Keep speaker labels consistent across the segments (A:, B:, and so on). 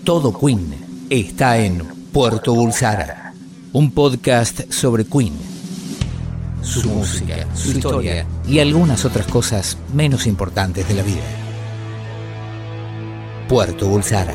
A: Todo Queen está en Puerto Bulsara, un podcast sobre Queen, su música, su historia y algunas otras cosas menos importantes de la vida. Puerto Bulsara.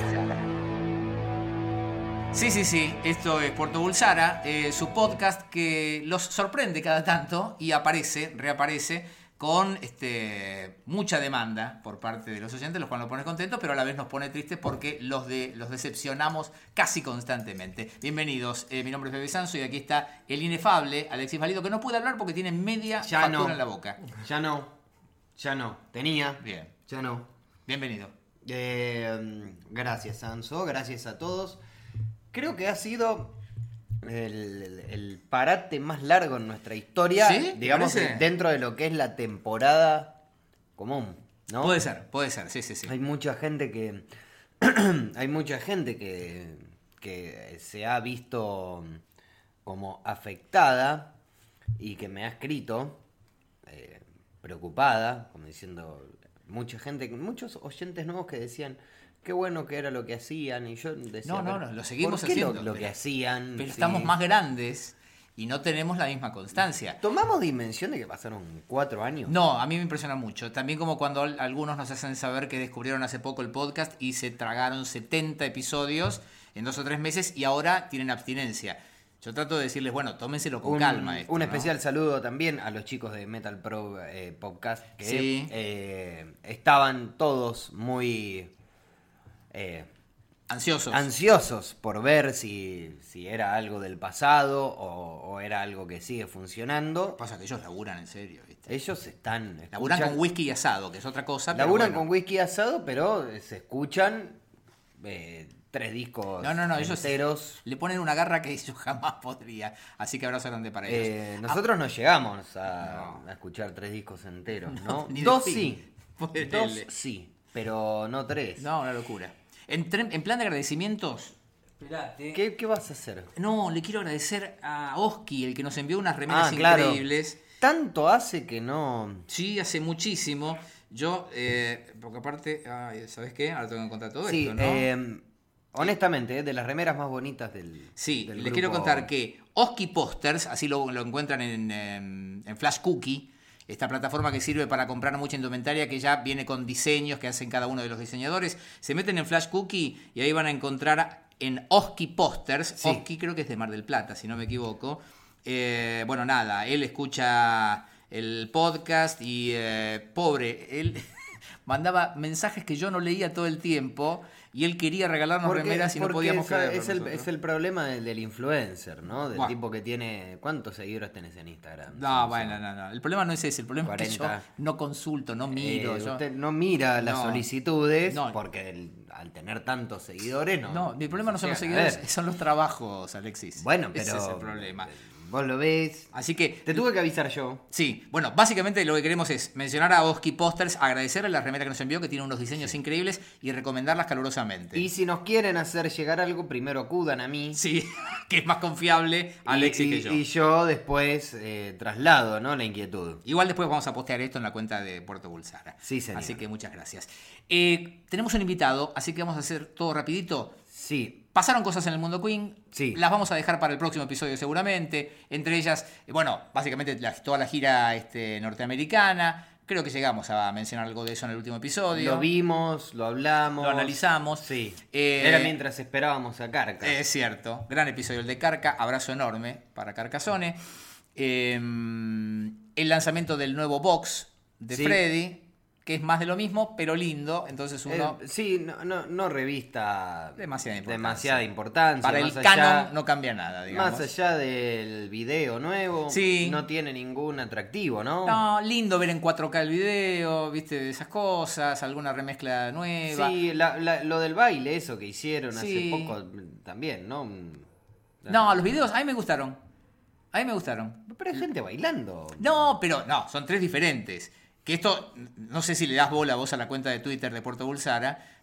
B: Sí, esto es Puerto Bulsara, su podcast que los sorprende cada tanto y reaparece con mucha demanda por parte de los oyentes, los cuales nos pone contentos, pero a la vez nos pone tristes porque los decepcionamos casi constantemente. Bienvenidos, mi nombre es Bebe Sanso y aquí está el inefable Alexis Valido, que no puede hablar porque tiene media factura en la boca.
C: Ya no, tenía.
B: Bien.
C: Ya no.
B: Bienvenido.
C: Gracias, Sanso, gracias a todos. Creo que ha sido el parate más largo en nuestra historia,
B: ¿Sí?
C: digamos, dentro de lo que es la temporada común, ¿no?
B: Puede ser, sí.
C: Hay mucha gente que que se ha visto como afectada y que me ha escrito preocupada, como diciendo, muchos oyentes nuevos que decían qué bueno que era lo que hacían, y yo decía,
B: no, lo seguimos
C: ¿por qué
B: haciendo.
C: lo que hacían?
B: Pero
C: Sí.
B: estamos más grandes y no tenemos la misma constancia.
C: ¿Tomamos dimensión de que pasaron 4 años?
B: No, a mí me impresiona mucho. También como cuando algunos nos hacen saber que descubrieron hace poco el podcast y se tragaron 70 episodios en 2 o 3 meses y ahora tienen abstinencia. Yo trato de decirles, bueno, tómenselo con calma.
C: Un especial saludo también a los chicos de Metal Pro Podcast, que
B: Sí.
C: Estaban todos muy
B: ansiosos
C: por ver si era algo del pasado o era algo que sigue funcionando.
B: Pasa que ellos laburan en serio, ¿viste?
C: Ellos
B: Laburan con whisky y asado, que es otra cosa.
C: Laburan
B: pero bueno.
C: con whisky y asado, pero se escuchan 3 discos
B: ellos
C: enteros.
B: le ponen una garra que yo jamás podría. Así que abrazo grande para ellos.
C: Nosotros no llegamos a escuchar 3 discos enteros, ¿no?
B: Ni de
C: 2
B: fin.
C: sí.
B: Ponele.
C: 2 sí, pero no 3.
B: No, una locura. En plan de agradecimientos. Esperate.
C: ¿Qué vas a hacer?
B: No, le quiero agradecer a Oski, el que nos envió unas remeras
C: Claro.
B: increíbles.
C: Tanto hace que no.
B: Sí, hace muchísimo. Yo, porque aparte, ¿sabes qué? Ahora tengo que contar todo
C: Sí,
B: esto, ¿no?
C: honestamente, de las remeras más bonitas del.
B: Sí,
C: del
B: les
C: grupo.
B: quiero contar que Oski Posters, así lo encuentran en Flash Cookie, esta plataforma que sirve para comprar mucha indumentaria que ya viene con diseños que hacen cada uno de los diseñadores. Se meten en Flash Cookie y ahí van a encontrar en Oski Posters.
C: Sí.
B: Oski creo que es de Mar del Plata, si no me equivoco. Bueno, nada, él escucha el podcast y pobre, él mandaba mensajes que yo no leía todo el tiempo y él quería regalarnos remeras y no podíamos creerlo
C: es el problema del influencer, ¿no? Del
B: Buah.
C: tipo que tiene. ¿Cuántos seguidores tenés en Instagram?
B: No, bueno, no. El problema no es ese. El problema
C: 40.
B: es que yo no consulto, no miro.
C: Usted no mira las
B: No.
C: solicitudes
B: No.
C: porque al tener tantos seguidores no.
B: No, mi problema no son los
C: llegan a
B: seguidores,
C: ver.
B: son los trabajos, Alexis.
C: Bueno, pero.
B: Ese es el problema.
C: Vos lo ves.
B: Así que,
C: Te tuve que avisar yo.
B: sí, bueno, básicamente lo que queremos es mencionar a Oski Posters, agradecerle la remera que nos envió, que tiene unos diseños increíbles, y recomendarlas calurosamente.
C: Y si nos quieren hacer llegar algo, primero acudan a mí.
B: Sí, que es más confiable Alexis que yo.
C: Y yo después traslado, ¿no? La inquietud.
B: Igual después vamos a postear esto en la cuenta de Puerto Bulsara.
C: Sí, señor.
B: Así que muchas gracias. Tenemos un invitado, así que vamos a hacer todo rapidito.
C: Sí.
B: Pasaron cosas en el mundo Queen,
C: Sí.
B: las vamos a dejar para el próximo episodio seguramente, entre ellas, bueno, básicamente toda la gira norteamericana, creo que llegamos a mencionar algo de eso en el último episodio.
C: Lo vimos, lo hablamos.
B: Lo analizamos.
C: Sí.
B: Era
C: Era mientras esperábamos a Carca.
B: Es cierto, gran episodio el de Carca, abrazo enorme para Carcassonne. El lanzamiento del nuevo box de
C: Sí.
B: Freddy, que es más de lo mismo, pero lindo, entonces uno...
C: Sí, no revista
B: Demasiada importancia.
C: importancia.
B: para el
C: más allá-
B: canon no cambia nada, digamos.
C: Más allá del video nuevo,
B: Sí.
C: no tiene ningún atractivo, ¿no?
B: No, lindo ver en 4K el video, viste, de esas cosas, alguna remezcla nueva.
C: Sí, lo del baile, eso que hicieron
B: Sí.
C: hace poco también, ¿no?
B: No, los videos a mí me gustaron.
C: Pero hay gente bailando.
B: No, pero son 3 diferentes. Que esto, no sé si le das bola vos a la cuenta de Twitter de Puerto Bulsara,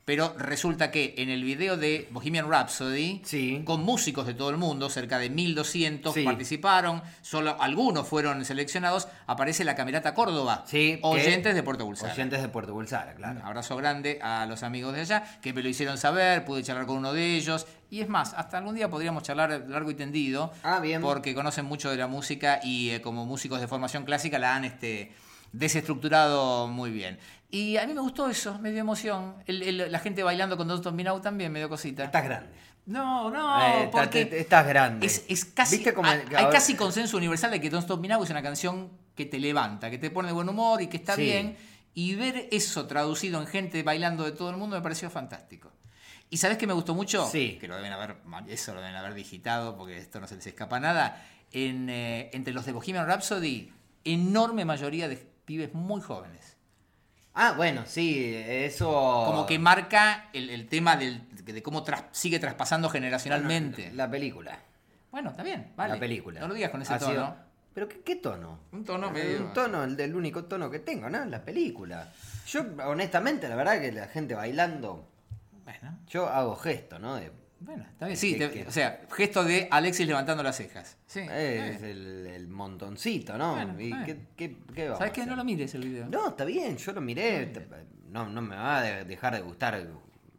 B: Pero resulta que en el video de Bohemian Rhapsody,
C: Sí.
B: con músicos de todo el mundo, cerca de 1200
C: Sí.
B: participaron, solo algunos fueron seleccionados, aparece la Camerata Córdoba,
C: Sí,
B: oyentes de Puerto Bulsara.
C: Oyentes de Puerto Bulsara, claro.
B: Un abrazo grande a los amigos de allá, que me lo hicieron saber, pude charlar con uno de ellos, y es más, hasta algún día podríamos charlar largo y tendido,
C: Bien.
B: porque conocen mucho de la música y como músicos de formación clásica la han desestructurado muy bien. Y a mí me gustó eso, me dio emoción. La gente bailando con Don't Stop Me Now también me dio cosita.
C: Estás grande.
B: No, porque
C: Estás grande.
B: es casi,
C: ¿Viste cómo
B: hay casi consenso universal de que Don't Stop Me Now es una canción que te levanta, que te pone de buen humor y que está
C: Sí.
B: bien. Y ver eso traducido en gente bailando de todo el mundo me pareció fantástico. ¿Y sabés qué me gustó mucho?
C: Sí.
B: Que eso lo deben haber digitado porque esto no se les escapa nada. Entre los de Bohemian Rhapsody, enorme mayoría de pibes muy jóvenes.
C: Bueno, sí, eso...
B: Como que marca el tema de cómo sigue traspasando generacionalmente.
C: La película.
B: Bueno, está bien, vale.
C: La película.
B: No lo digas con ese
C: Ha
B: tono.
C: sido- ¿Pero qué tono?
B: Un tono medio...
C: Un tono, el único tono que tengo, ¿no? La película. Yo, honestamente, la verdad que la gente bailando,
B: Bueno,
C: yo hago gesto, ¿no?
B: bueno, está bien. Sí,
C: ¿Qué?
B: o sea, gesto de Alexis levantando las cejas. Sí, está
C: Es
B: bien.
C: el montoncito, ¿no?
B: Bueno,
C: ¿Y
B: está
C: qué vamos
B: ¿Sabes
C: a
B: qué?
C: hacer?
B: No lo mires el video.
C: No, está bien, yo lo miré. No me va a dejar de gustar el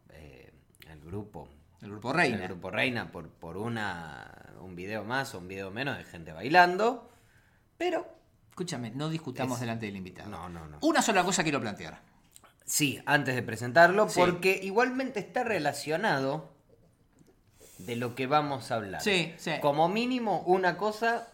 C: grupo.
B: El grupo Reina.
C: El grupo Reina por un video más o un video menos de gente bailando. Pero
B: Escúchame, no discutamos delante del invitado.
C: No.
B: Una sola cosa quiero plantear.
C: sí, antes de presentarlo,
B: Sí.
C: porque igualmente está relacionado de lo que vamos a hablar.
B: Sí.
C: Como mínimo, una cosa,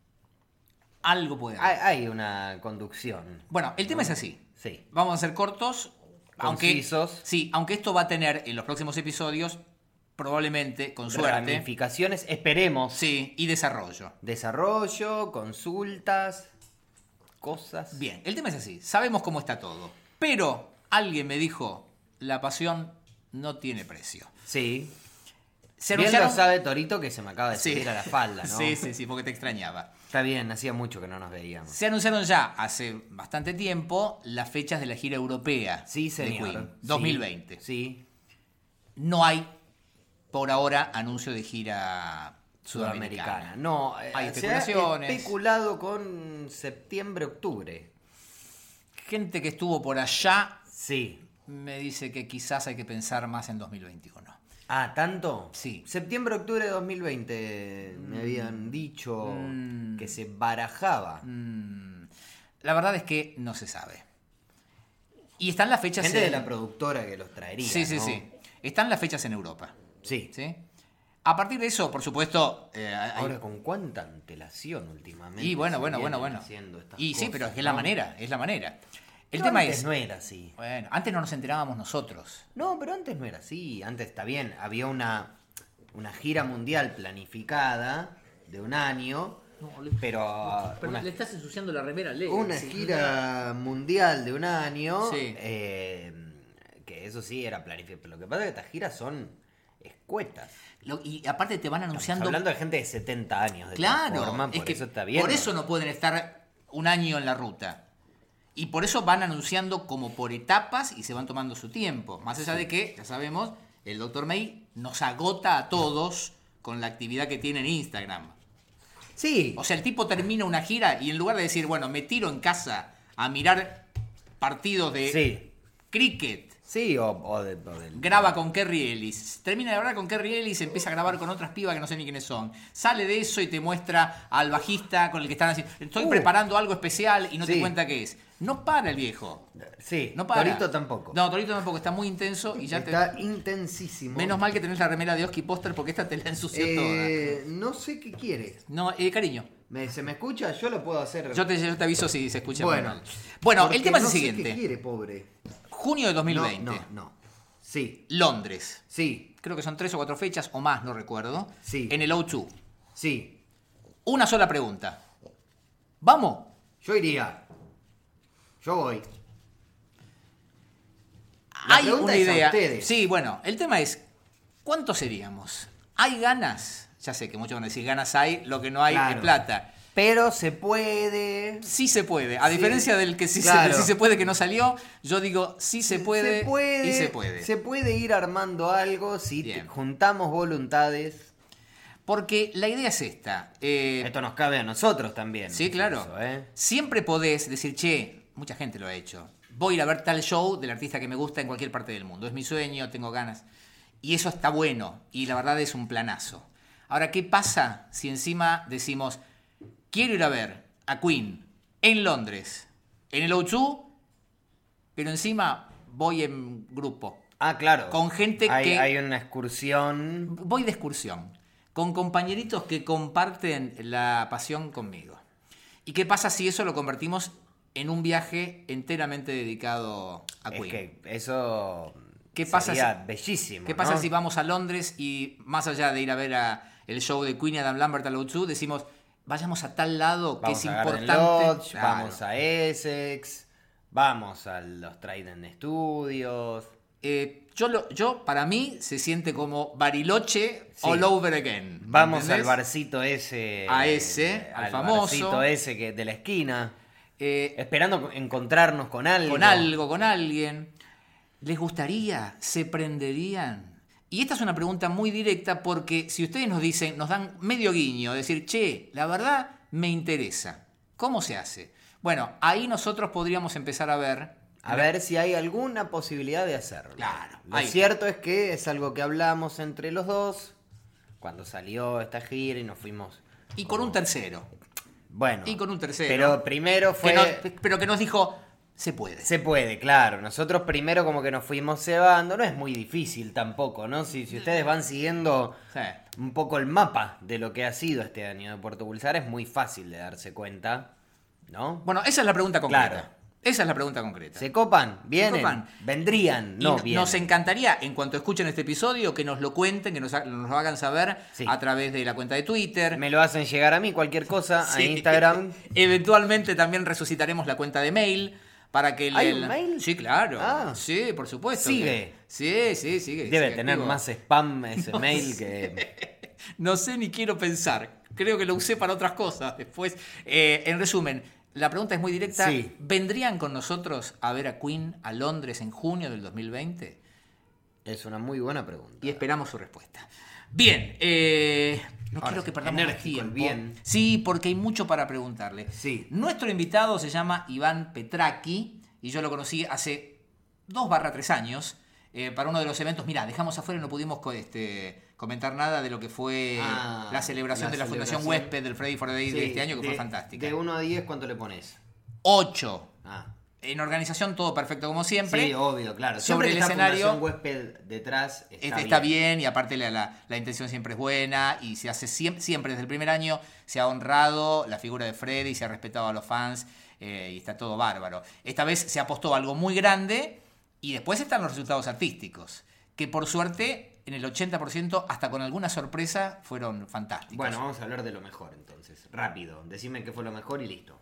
B: Algo puede haber.
C: hay una conducción.
B: Bueno, el tema es así.
C: Sí.
B: Vamos a ser cortos.
C: Concisos.
B: Aunque esto va a tener en los próximos episodios, probablemente, con suerte,
C: Ramificaciones, esperemos.
B: sí, y desarrollo.
C: Desarrollo, consultas, cosas.
B: Bien, el tema es así. Sabemos cómo está todo. Pero alguien me dijo, la pasión no tiene precio.
C: Sí.
B: Se
C: Bien
B: anunciaron...
C: lo sabe Torito que se me acaba de
B: Sí.
C: subir a la falda, ¿no?
B: Sí, porque te extrañaba.
C: Está bien, hacía mucho que no nos veíamos.
B: Se anunciaron ya hace bastante tiempo las fechas de la gira europea
C: Sí,
B: de
C: señor.
B: Queen,
C: Sí,
B: 2020.
C: Sí.
B: No hay, por ahora, anuncio de gira sudamericana.
C: No,
B: Hay
C: se
B: especulaciones.
C: ha especulado con septiembre, octubre.
B: Gente que estuvo por allá
C: Sí.
B: me dice que quizás hay que pensar más en 2021.
C: ¿Tanto?
B: Sí.
C: Septiembre, octubre de 2020 me habían dicho que se barajaba.
B: La verdad es que no se sabe. Y están las fechas
C: Gente de la productora que los traería,
B: Sí.
C: ¿no?
B: Están las fechas en Europa.
C: Sí.
B: ¿Sí? A partir de eso, por supuesto... hay-
C: Ahora, ¿con cuánta antelación últimamente?
B: Y bueno.
C: se vienen haciendo estas
B: Y sí,
C: cosas,
B: pero es que
C: ¿no?
B: es la manera. El
C: Pero
B: tema
C: antes
B: es...
C: no era así.
B: Bueno, antes no nos enterábamos nosotros.
C: No, pero antes no era así. Antes está bien. Había una gira mundial planificada de un año, pero
B: le estás ensuciando la remera,
C: una gira mundial de un año,
B: Sí.
C: que eso sí era planificado. Lo que pasa es que estas giras son escuetas.
B: Y aparte te van
C: Estamos
B: anunciando...
C: hablando de gente de 70 años de
B: Claro,
C: todas formas,
B: es
C: por
B: que
C: eso está bien.
B: por eso no pueden estar un año en la ruta. Y por eso van anunciando como por etapas y se van tomando su tiempo. Más allá de que, ya sabemos, el Dr. May nos agota a todos con la actividad que tiene en Instagram.
C: Sí.
B: O sea, el tipo termina una gira y en lugar de decir, bueno, me tiro en casa a mirar partidos de
C: Sí.
B: cricket,
C: Sí, o del...
B: graba con Kerry Ellis. Termina de hablar con Kerry Ellis, empieza a grabar con otras pibas que no sé ni quiénes son. Sale de eso y te muestra al bajista con el que están haciendo. Estoy preparando algo especial y no te
C: Sí.
B: cuenta qué es. No para el viejo.
C: Sí,
B: No para.
C: Torito tampoco.
B: No, Torito tampoco. Está muy intenso y ya
C: Está intensísimo.
B: Menos mal que tenés la remera de Oski Poster porque esta te la ensució toda.
C: No sé qué quiere.
B: No, cariño.
C: ¿Se me escucha? Yo lo puedo hacer.
B: Yo te aviso si se escucha
C: Bueno.
B: mal. Bueno,
C: Porque
B: el tema es
C: no
B: el
C: sé
B: siguiente.
C: ¿Qué quiere, pobre?
B: Junio de 2020.
C: No. Sí,
B: Londres.
C: sí,
B: Creo que son 3 o 4 fechas o más, no recuerdo.
C: Sí.
B: En el O2.
C: sí.
B: Una sola pregunta. ¿Vamos?
C: Yo iría. Yo voy. La
B: Hay
C: pregunta
B: una
C: es a
B: idea.
C: ustedes.
B: Sí, bueno, el tema es, ¿cuántos seríamos? ¿Hay ganas? Ya sé que muchos van a decir ganas hay, lo que no hay
C: Claro.
B: es plata.
C: Pero se puede.
B: Sí se puede. A diferencia del que sí se puede que no salió, yo digo sí se puede, y se puede.
C: Se puede ir armando algo si juntamos voluntades.
B: Porque la idea es esta.
C: Esto nos cabe a nosotros también.
B: Sí, claro.
C: Eso,
B: Siempre podés decir, che, mucha gente lo ha hecho. Voy a ir a ver tal show del artista que me gusta en cualquier parte del mundo. Es mi sueño, tengo ganas. Y eso está bueno. Y la verdad es un planazo. Ahora, ¿qué pasa si encima decimos, quiero ir a ver a Queen en Londres, en el O2, pero encima voy en grupo?
C: Ah, claro.
B: Con gente
C: hay una excursión.
B: Voy de excursión. Con compañeritos que comparten la pasión conmigo. ¿Y qué pasa si eso lo convertimos en un viaje enteramente dedicado a Queen?
C: Es que eso
B: sería
C: bellísimo.
B: ¿Qué pasa si vamos a Londres y más allá de ir a ver el show de Queen y Adam Lambert al O2, decimos, vayamos a tal lado que es importante?
C: Lodge,
B: claro.
C: Vamos a Essex, vamos a los Trident Studios.
B: Yo, para mí, se siente como Bariloche all over again.
C: Vamos
B: ¿entendés?
C: al barcito ese.
B: Al famoso.
C: Barcito ese de la esquina. Esperando encontrarnos con algo.
B: Con alguien. ¿Les gustaría? ¿Se prenderían? Y esta es una pregunta muy directa porque si ustedes nos dan medio guiño, decir, che, la verdad me interesa. ¿Cómo se hace? Bueno, ahí nosotros podríamos empezar a ver...
C: A ver si hay alguna posibilidad de hacerlo.
B: Claro.
C: Lo cierto es que es algo que hablamos entre los dos cuando salió esta gira y nos fuimos...
B: Y con un tercero.
C: Bueno.
B: Y con un tercero.
C: Pero primero fue...
B: Pero que nos dijo, se puede.
C: Se puede, claro. Nosotros primero como que nos fuimos cebando. No es muy difícil tampoco, ¿no? Si ustedes van siguiendo un poco el mapa de lo que ha sido este año de Puerto Bulsara, es muy fácil de darse cuenta, ¿no?
B: Bueno, esa es la pregunta concreta.
C: Claro.
B: Esa es la pregunta concreta.
C: ¿Se copan? ¿Vienen?
B: ¿Se copan?
C: ¿Vendrían? No, vienen.
B: Nos encantaría, en cuanto escuchen este episodio, que nos lo cuenten, que nos lo hagan saber a través de la cuenta de Twitter.
C: Me lo hacen llegar a mí, cualquier cosa, a Instagram.
B: Eventualmente también resucitaremos la cuenta de mail para que...
C: ¿Hay un mail?
B: Sí, claro.
C: Ah.
B: Sí, por supuesto.
C: ¿Sigue?
B: Sí, sigue.
C: Debe
B: sigue
C: tener
B: activo.
C: más spam ese mail que...
B: No sé ni quiero pensar. Creo que lo usé para otras cosas después. En resumen, la pregunta es muy directa.
C: Sí.
B: ¿Vendrían con nosotros a ver a Queen a Londres en junio del 2020?
C: Es una muy buena pregunta.
B: Y esperamos su respuesta. Bien, no quiero que perdamos más tiempo.
C: Bien.
B: Sí, porque hay mucho para preguntarle.
C: Sí.
B: Nuestro invitado se llama Iván Petraki y yo lo conocí hace 2/3 años para uno de los eventos. Mirá, dejamos afuera y no pudimos comentar nada de lo que fue la celebración de la Fundación Huésped del Friday for the Day de este año, que fue fantástica.
C: De 1 a 10, ¿cuánto le pones?
B: 8.
C: Ah.
B: En organización todo perfecto como siempre.
C: Sí, obvio, claro.
B: Sobre el
C: está
B: escenario
C: Fundación Huésped detrás
B: está bien y aparte la intención siempre es buena y se hace siempre desde el primer año se ha honrado la figura de Freddie, se ha respetado a los fans y está todo bárbaro. Esta vez se apostó a algo muy grande y después están los resultados artísticos, que por suerte en el 80% hasta con alguna sorpresa fueron fantásticos.
C: Bueno, vamos a hablar de lo mejor entonces. Rápido, decime qué fue lo mejor y listo.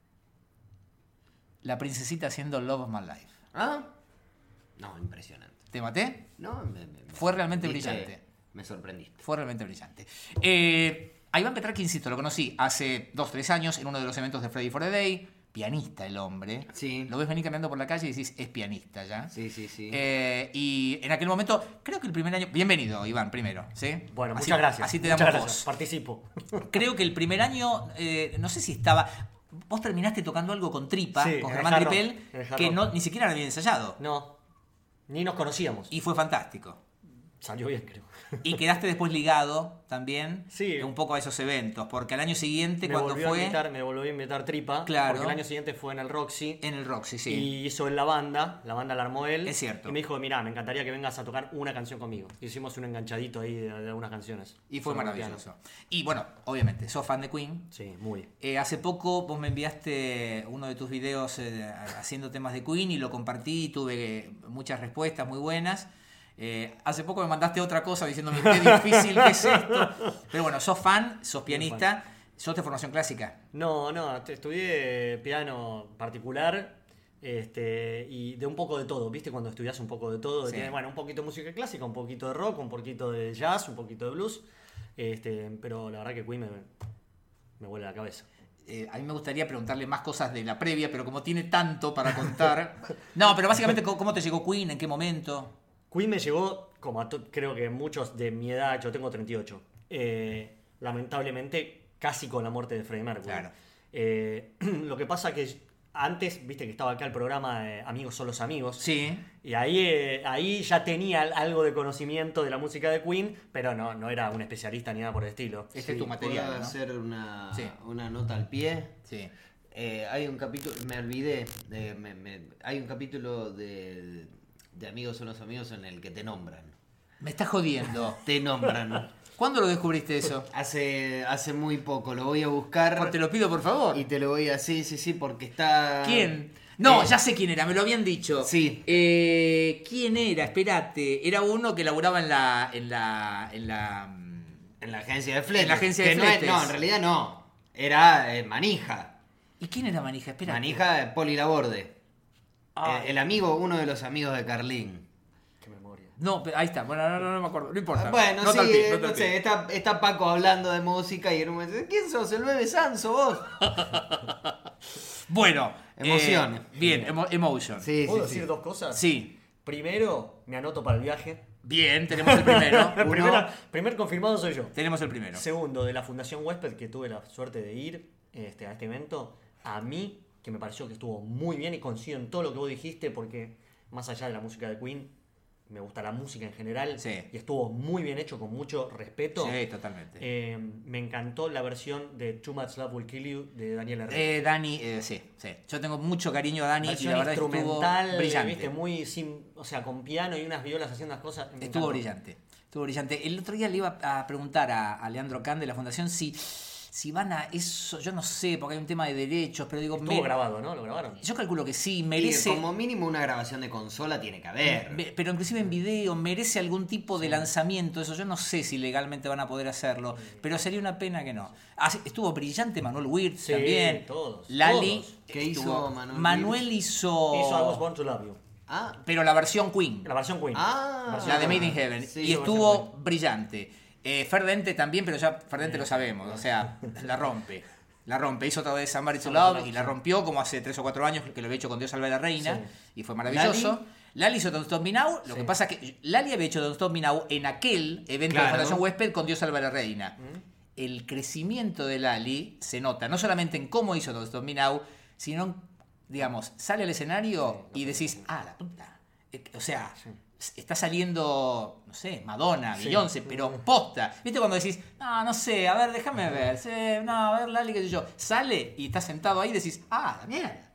B: La princesita haciendo Love of My Life.
C: ¿Ah? No, impresionante.
B: ¿Te maté?
C: No,
B: Fue realmente brillante.
C: Me sorprendiste.
B: Fue realmente brillante. A Iván Petraki, insisto, lo conocí hace 2-3 años en uno de los eventos de Friday for the Day. Pianista el hombre.
C: Sí.
B: Lo ves venir caminando por la calle y decís, es pianista ya.
C: Sí.
B: Y en aquel momento, creo que el primer año... Bienvenido, Iván, primero. ¿Sí?
D: Bueno, muchas gracias.
B: Así te
D: muchas
B: damos
D: gracias.
B: voz.
D: Participo.
B: Creo que el primer año, no sé si estaba... Vos terminaste tocando algo con Tripa,
D: Sí,
B: con
D: en
B: Germán
D: el Hard Rock,
B: Tripel,
D: en el Hard
B: que
D: Rock.
B: ni siquiera lo habían ensayado.
D: No, ni nos conocíamos.
B: Y fue fantástico.
D: Salió bien, creo.
B: Y quedaste después ligado también
D: Sí.
B: un poco a esos eventos, porque al año siguiente,
D: Me
B: cuando
D: volvió
B: fue
D: me volvió a invitar Tripa.
B: Claro.
D: Porque el año siguiente fue en el Roxy.
B: en el Roxy, sí.
D: Y hizo en la banda la armó él.
B: Es cierto.
D: Y me dijo, mirá, me encantaría que vengas a tocar una canción conmigo. Hicimos un enganchadito ahí de algunas canciones.
B: Y fue
D: Sobre el
B: maravilloso. Y bueno, obviamente, sos fan de Queen.
D: piano. Sí, muy.
B: Hace poco vos me enviaste uno de tus videos haciendo temas de Queen y lo compartí y tuve muchas respuestas muy buenas. Hace poco me mandaste otra cosa diciéndome qué difícil que es esto. Pero bueno, sos fan, sos pianista, sos de formación clásica.
D: No, estudié piano particular y de un poco de todo, ¿viste? Cuando estudias un poco de todo,
B: Sí.
D: tiene, bueno, un poquito de música clásica, un poquito de rock, un poquito de jazz, un poquito de blues, pero la verdad que Queen me vuela la cabeza.
B: A mí me gustaría preguntarle más cosas de la previa, pero como tiene tanto para contar... No, pero básicamente, ¿cómo te llegó Queen? ¿En qué momento?
D: Queen me llegó, como creo que muchos de mi edad, yo tengo 38, lamentablemente casi con la muerte de Freddie Mercury.
B: Claro.
D: Lo que pasa que antes, viste que estaba acá el programa Amigos son los amigos.
B: Sí.
D: Y ahí ya tenía algo de conocimiento de la música de Queen, pero no era un especialista ni nada por el estilo.
B: Este es tu material,
C: ¿Puedo
B: ¿no?
C: hacer una,
B: Sí.
C: una nota al pie?
B: Sí.
C: Hay un capítulo, me olvidé, hay un capítulo de Amigos son los amigos en el que te nombran.
B: Me estás jodiendo.
C: Te nombran.
B: ¿Cuándo lo descubriste eso?
C: Hace muy poco, lo voy a buscar.
B: Te lo pido, por favor.
C: Y te lo voy a... Sí, porque está...
B: ¿Quién? No, ya sé quién era, me lo habían dicho.
C: Sí.
B: ¿Quién era? Espérate. Era uno que laburaba en la
C: En la agencia de fletes.
B: En la agencia de
C: Que
B: fletes.
C: No, en realidad no. Era Manija.
B: ¿Y quién era Manija? Espérate.
C: Manija, Poli Laborde.
D: Ah.
C: El amigo, uno de los amigos de Carlín.
D: Qué memoria.
B: No, ahí está. Bueno, no me acuerdo. No importa.
C: Bueno,
B: Nota
C: sí,
B: al pie, nota
C: no
B: al pie.
C: sé, está Paco hablando de música y en un momento dice, ¿quién sos? ¿El bebé Sanso vos?
B: Bueno.
C: Emoción.
B: Bien, emotion.
C: Sí,
D: ¿Puedo
C: sí,
D: decir
C: sí.
D: dos cosas?
B: Sí.
D: Primero, me anoto para el viaje.
B: Bien, tenemos el primero.
D: Primer confirmado soy yo.
B: Tenemos el primero.
D: Segundo, de la Fundación Huésped, que tuve la suerte de ir a este evento, a mí, que me pareció que estuvo muy bien y coincido en todo lo que vos dijiste, porque más allá de la música de Queen, me gusta la música en general,
B: Sí.
D: y estuvo muy bien hecho, con mucho respeto.
B: Sí, totalmente.
D: Me encantó la versión de Too Much Love Will Kill You de Daniel Herrera.
B: Dani, sí. Yo tengo mucho cariño a Dani y
D: Versión
B: la verdad estuvo
D: instrumental,
B: brillante.
D: ¿viste? Muy o sea, con piano y unas violas haciendo las cosas. Me
B: Estuvo
D: encantó.
B: brillante. El otro día le iba a preguntar a Leandro Can de la Fundación si van a eso, yo no sé, porque hay un tema de derechos, pero digo...
D: Estuvo grabado, ¿no? ¿Lo grabaron?
B: Yo calculo que sí,
C: Y
B: merece...
C: como mínimo una grabación de consola tiene que haber.
B: Pero inclusive en video merece algún tipo de lanzamiento, eso yo no sé si legalmente van a poder hacerlo, pero sería una pena que no. Estuvo brillante Manuel Wirtz
D: Sí,
B: también.
D: todos,
B: Lali.
D: todos.
C: ¿Qué hizo
B: estuvo-
C: Manuel
B: Manuel
C: Wirtz?
B: hizo...
D: Hizo I Was Born to Love You.
C: Ah,
B: Pero la versión Queen.
D: La versión Queen.
B: La de Made in Heaven.
C: Sí,
B: y
C: la
B: estuvo brillante. Ferdente también, pero ya Ferdente lo sabemos. O sea, la rompe. Hizo otra vez Somebody to Love y la rompió como hace 3 o 4 años que lo había hecho con Dios salve a la reina.
D: Sí.
B: Y fue maravilloso. Lali hizo Don't Stop Me Now. Lo que pasa es que Lali había hecho Don't Stop Me Now en aquel evento de
C: Claro.
B: Fundación Huésped con Dios salve a la reina. El crecimiento de Lali se nota no solamente en cómo hizo Don't Stop Me Now, sino en, digamos, sale al escenario y decís, la puta. O sea, está saliendo, no sé, Madonna,
D: Sí.
B: Beyoncé, pero posta. ¿Viste cuando decís, no sé, a ver, déjame ver, a ver, Lali, qué sé yo? Sale y está sentado ahí y decís, la mierda.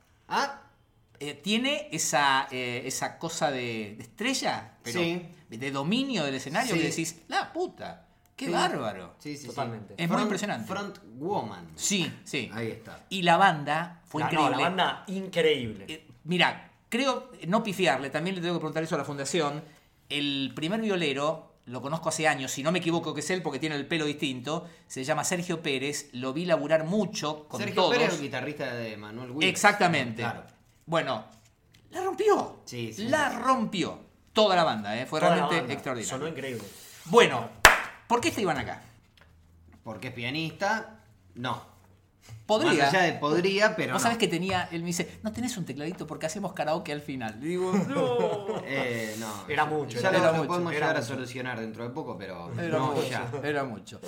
B: Tiene esa cosa de estrella, pero
C: Sí.
B: de dominio del escenario
C: Sí.
B: que decís, la puta, qué bárbaro.
C: Sí, sí,
D: Totalmente.
C: sí.
B: Es muy impresionante.
C: Front Woman.
B: Sí.
C: Ahí está.
B: Y la banda fue increíble.
D: La banda increíble.
B: Mira, creo no pifiarle, también le tengo que preguntar eso a la fundación. El primer violero, lo conozco hace años, si no me equivoco que es él porque tiene el pelo distinto, se llama Sergio Pérez, lo vi laburar mucho con
C: Sergio
B: todos.
C: Pérez, el guitarrista de Manuel Wirtz.
B: Exactamente.
C: Claro.
B: Bueno, la rompió.
C: Sí, sí.
B: La rompió. Toda la banda, fue
D: Toda la
B: realmente
D: banda.
B: extraordinario.
D: Sonó increíble.
B: Bueno, ¿por qué iban acá?
C: Porque es pianista, no.
B: Podría.
C: Más allá de podría, pero
B: Vos
C: no.
B: sabés que tenía, él me dice, no tenés un tecladito porque hacemos karaoke al final. Le digo, no.
C: No.
D: Era mucho,
C: Ya
B: era
C: lo
B: mucho,
C: podemos
D: era
C: llegar a
D: mucho.
C: solucionar dentro de poco, pero
B: Era
C: no
B: mucho,
C: ya.
B: era mucho.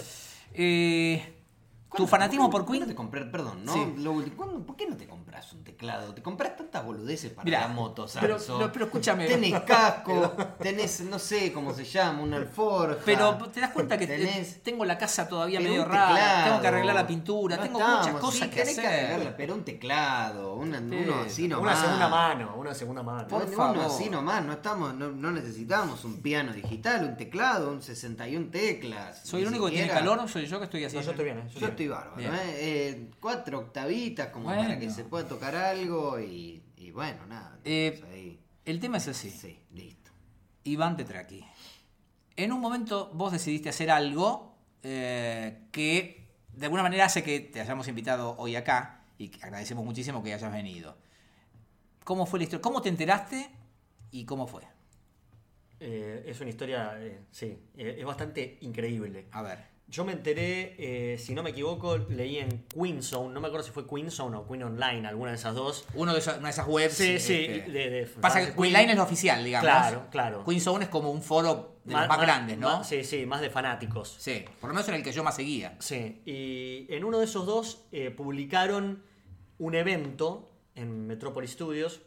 B: ¿Tu fanatismo por Queen?
C: ¿Cuándo te compré, perdón, ¿no?
B: Sí.
C: Lo último, ¿por qué no te compras un teclado? Te compras tantas boludeces para
B: Mirá,
C: la moto,
B: pero
C: Sanso.
B: escúchame.
C: Tenés casco, tenés, no sé cómo se llama, una alforja.
B: Pero te das cuenta que
C: tenés...
B: tengo la casa todavía
C: Pero
B: medio
C: un
B: rara,
C: teclado.
B: tengo que arreglar la pintura,
C: No
B: tengo
C: estamos,
B: muchas cosas
C: sí,
B: que
C: tenés
B: hacer.
C: arreglarla, pero un teclado, uno así nomás.
D: Una segunda mano, una segunda mano.
B: Por
C: Uno
B: favor.
C: así nomás, no necesitamos un piano digital, un teclado, un 61 teclas.
B: ¿Soy
C: Ni
B: el único que tiene
C: siquiera-
B: calor? ¿Soy yo que estoy así?
D: No, yo estoy bien,
C: Yo estoy bárbaro,
B: Bien.
C: 4 octavitas como
B: Bueno.
C: para que se pueda tocar algo y bueno, nada. estamos ahí.
B: El tema es así.
C: Sí, listo.
B: Iván Petraki. En un momento vos decidiste hacer algo que de alguna manera hace que te hayamos invitado hoy acá y que agradecemos muchísimo que hayas venido. ¿Cómo fue la historia? ¿Cómo te enteraste y cómo fue?
D: Es una historia, sí, es bastante increíble.
B: A ver.
D: Yo me enteré, si no me equivoco, leí en Queen Zone, no me acuerdo si fue Queen Zone o Queen Online, alguna de esas dos.
B: Una de esas webs.
D: Sí.
B: Pasa que Queen Line es la oficial, digamos.
D: Claro.
B: Queen Zone es como un foro de los más grandes, ¿no?
D: Sí, más de fanáticos.
B: Sí, por lo menos en el que yo más seguía.
D: Sí, y en uno de esos dos publicaron un evento en Metropolis Studios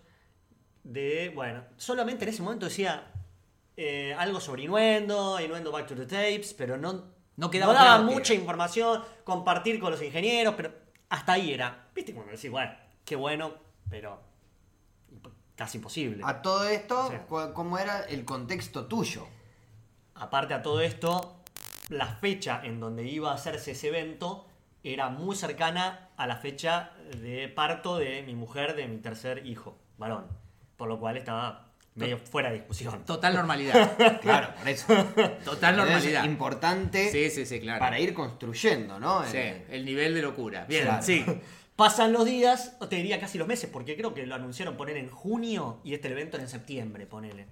D: solamente en ese momento decía algo sobre Innuendo Back to the Tapes, pero no
B: quedaba
D: daba
B: claro
D: mucha información, compartir con los ingenieros, pero hasta ahí era. ¿Viste? Cuando decís, bueno, qué bueno, pero casi imposible.
C: A todo esto,
D: Sí.
C: ¿cómo era el contexto tuyo?
D: Aparte a todo esto, la fecha en donde iba a hacerse ese evento era muy cercana a la fecha de parto de mi mujer, de mi tercer hijo, varón. Por lo cual estaba medio fuera de discusión.
B: Total normalidad.
C: Claro, por eso.
B: Total normalidad.
C: Es importante
B: Sí, claro.
C: para ir construyendo, ¿no?
B: Sí, el nivel de locura. Bien,
C: Claro.
B: sí.
D: Pasan los días, o te diría casi los meses, porque creo que lo anunciaron poner en junio y el evento era en septiembre, ponele.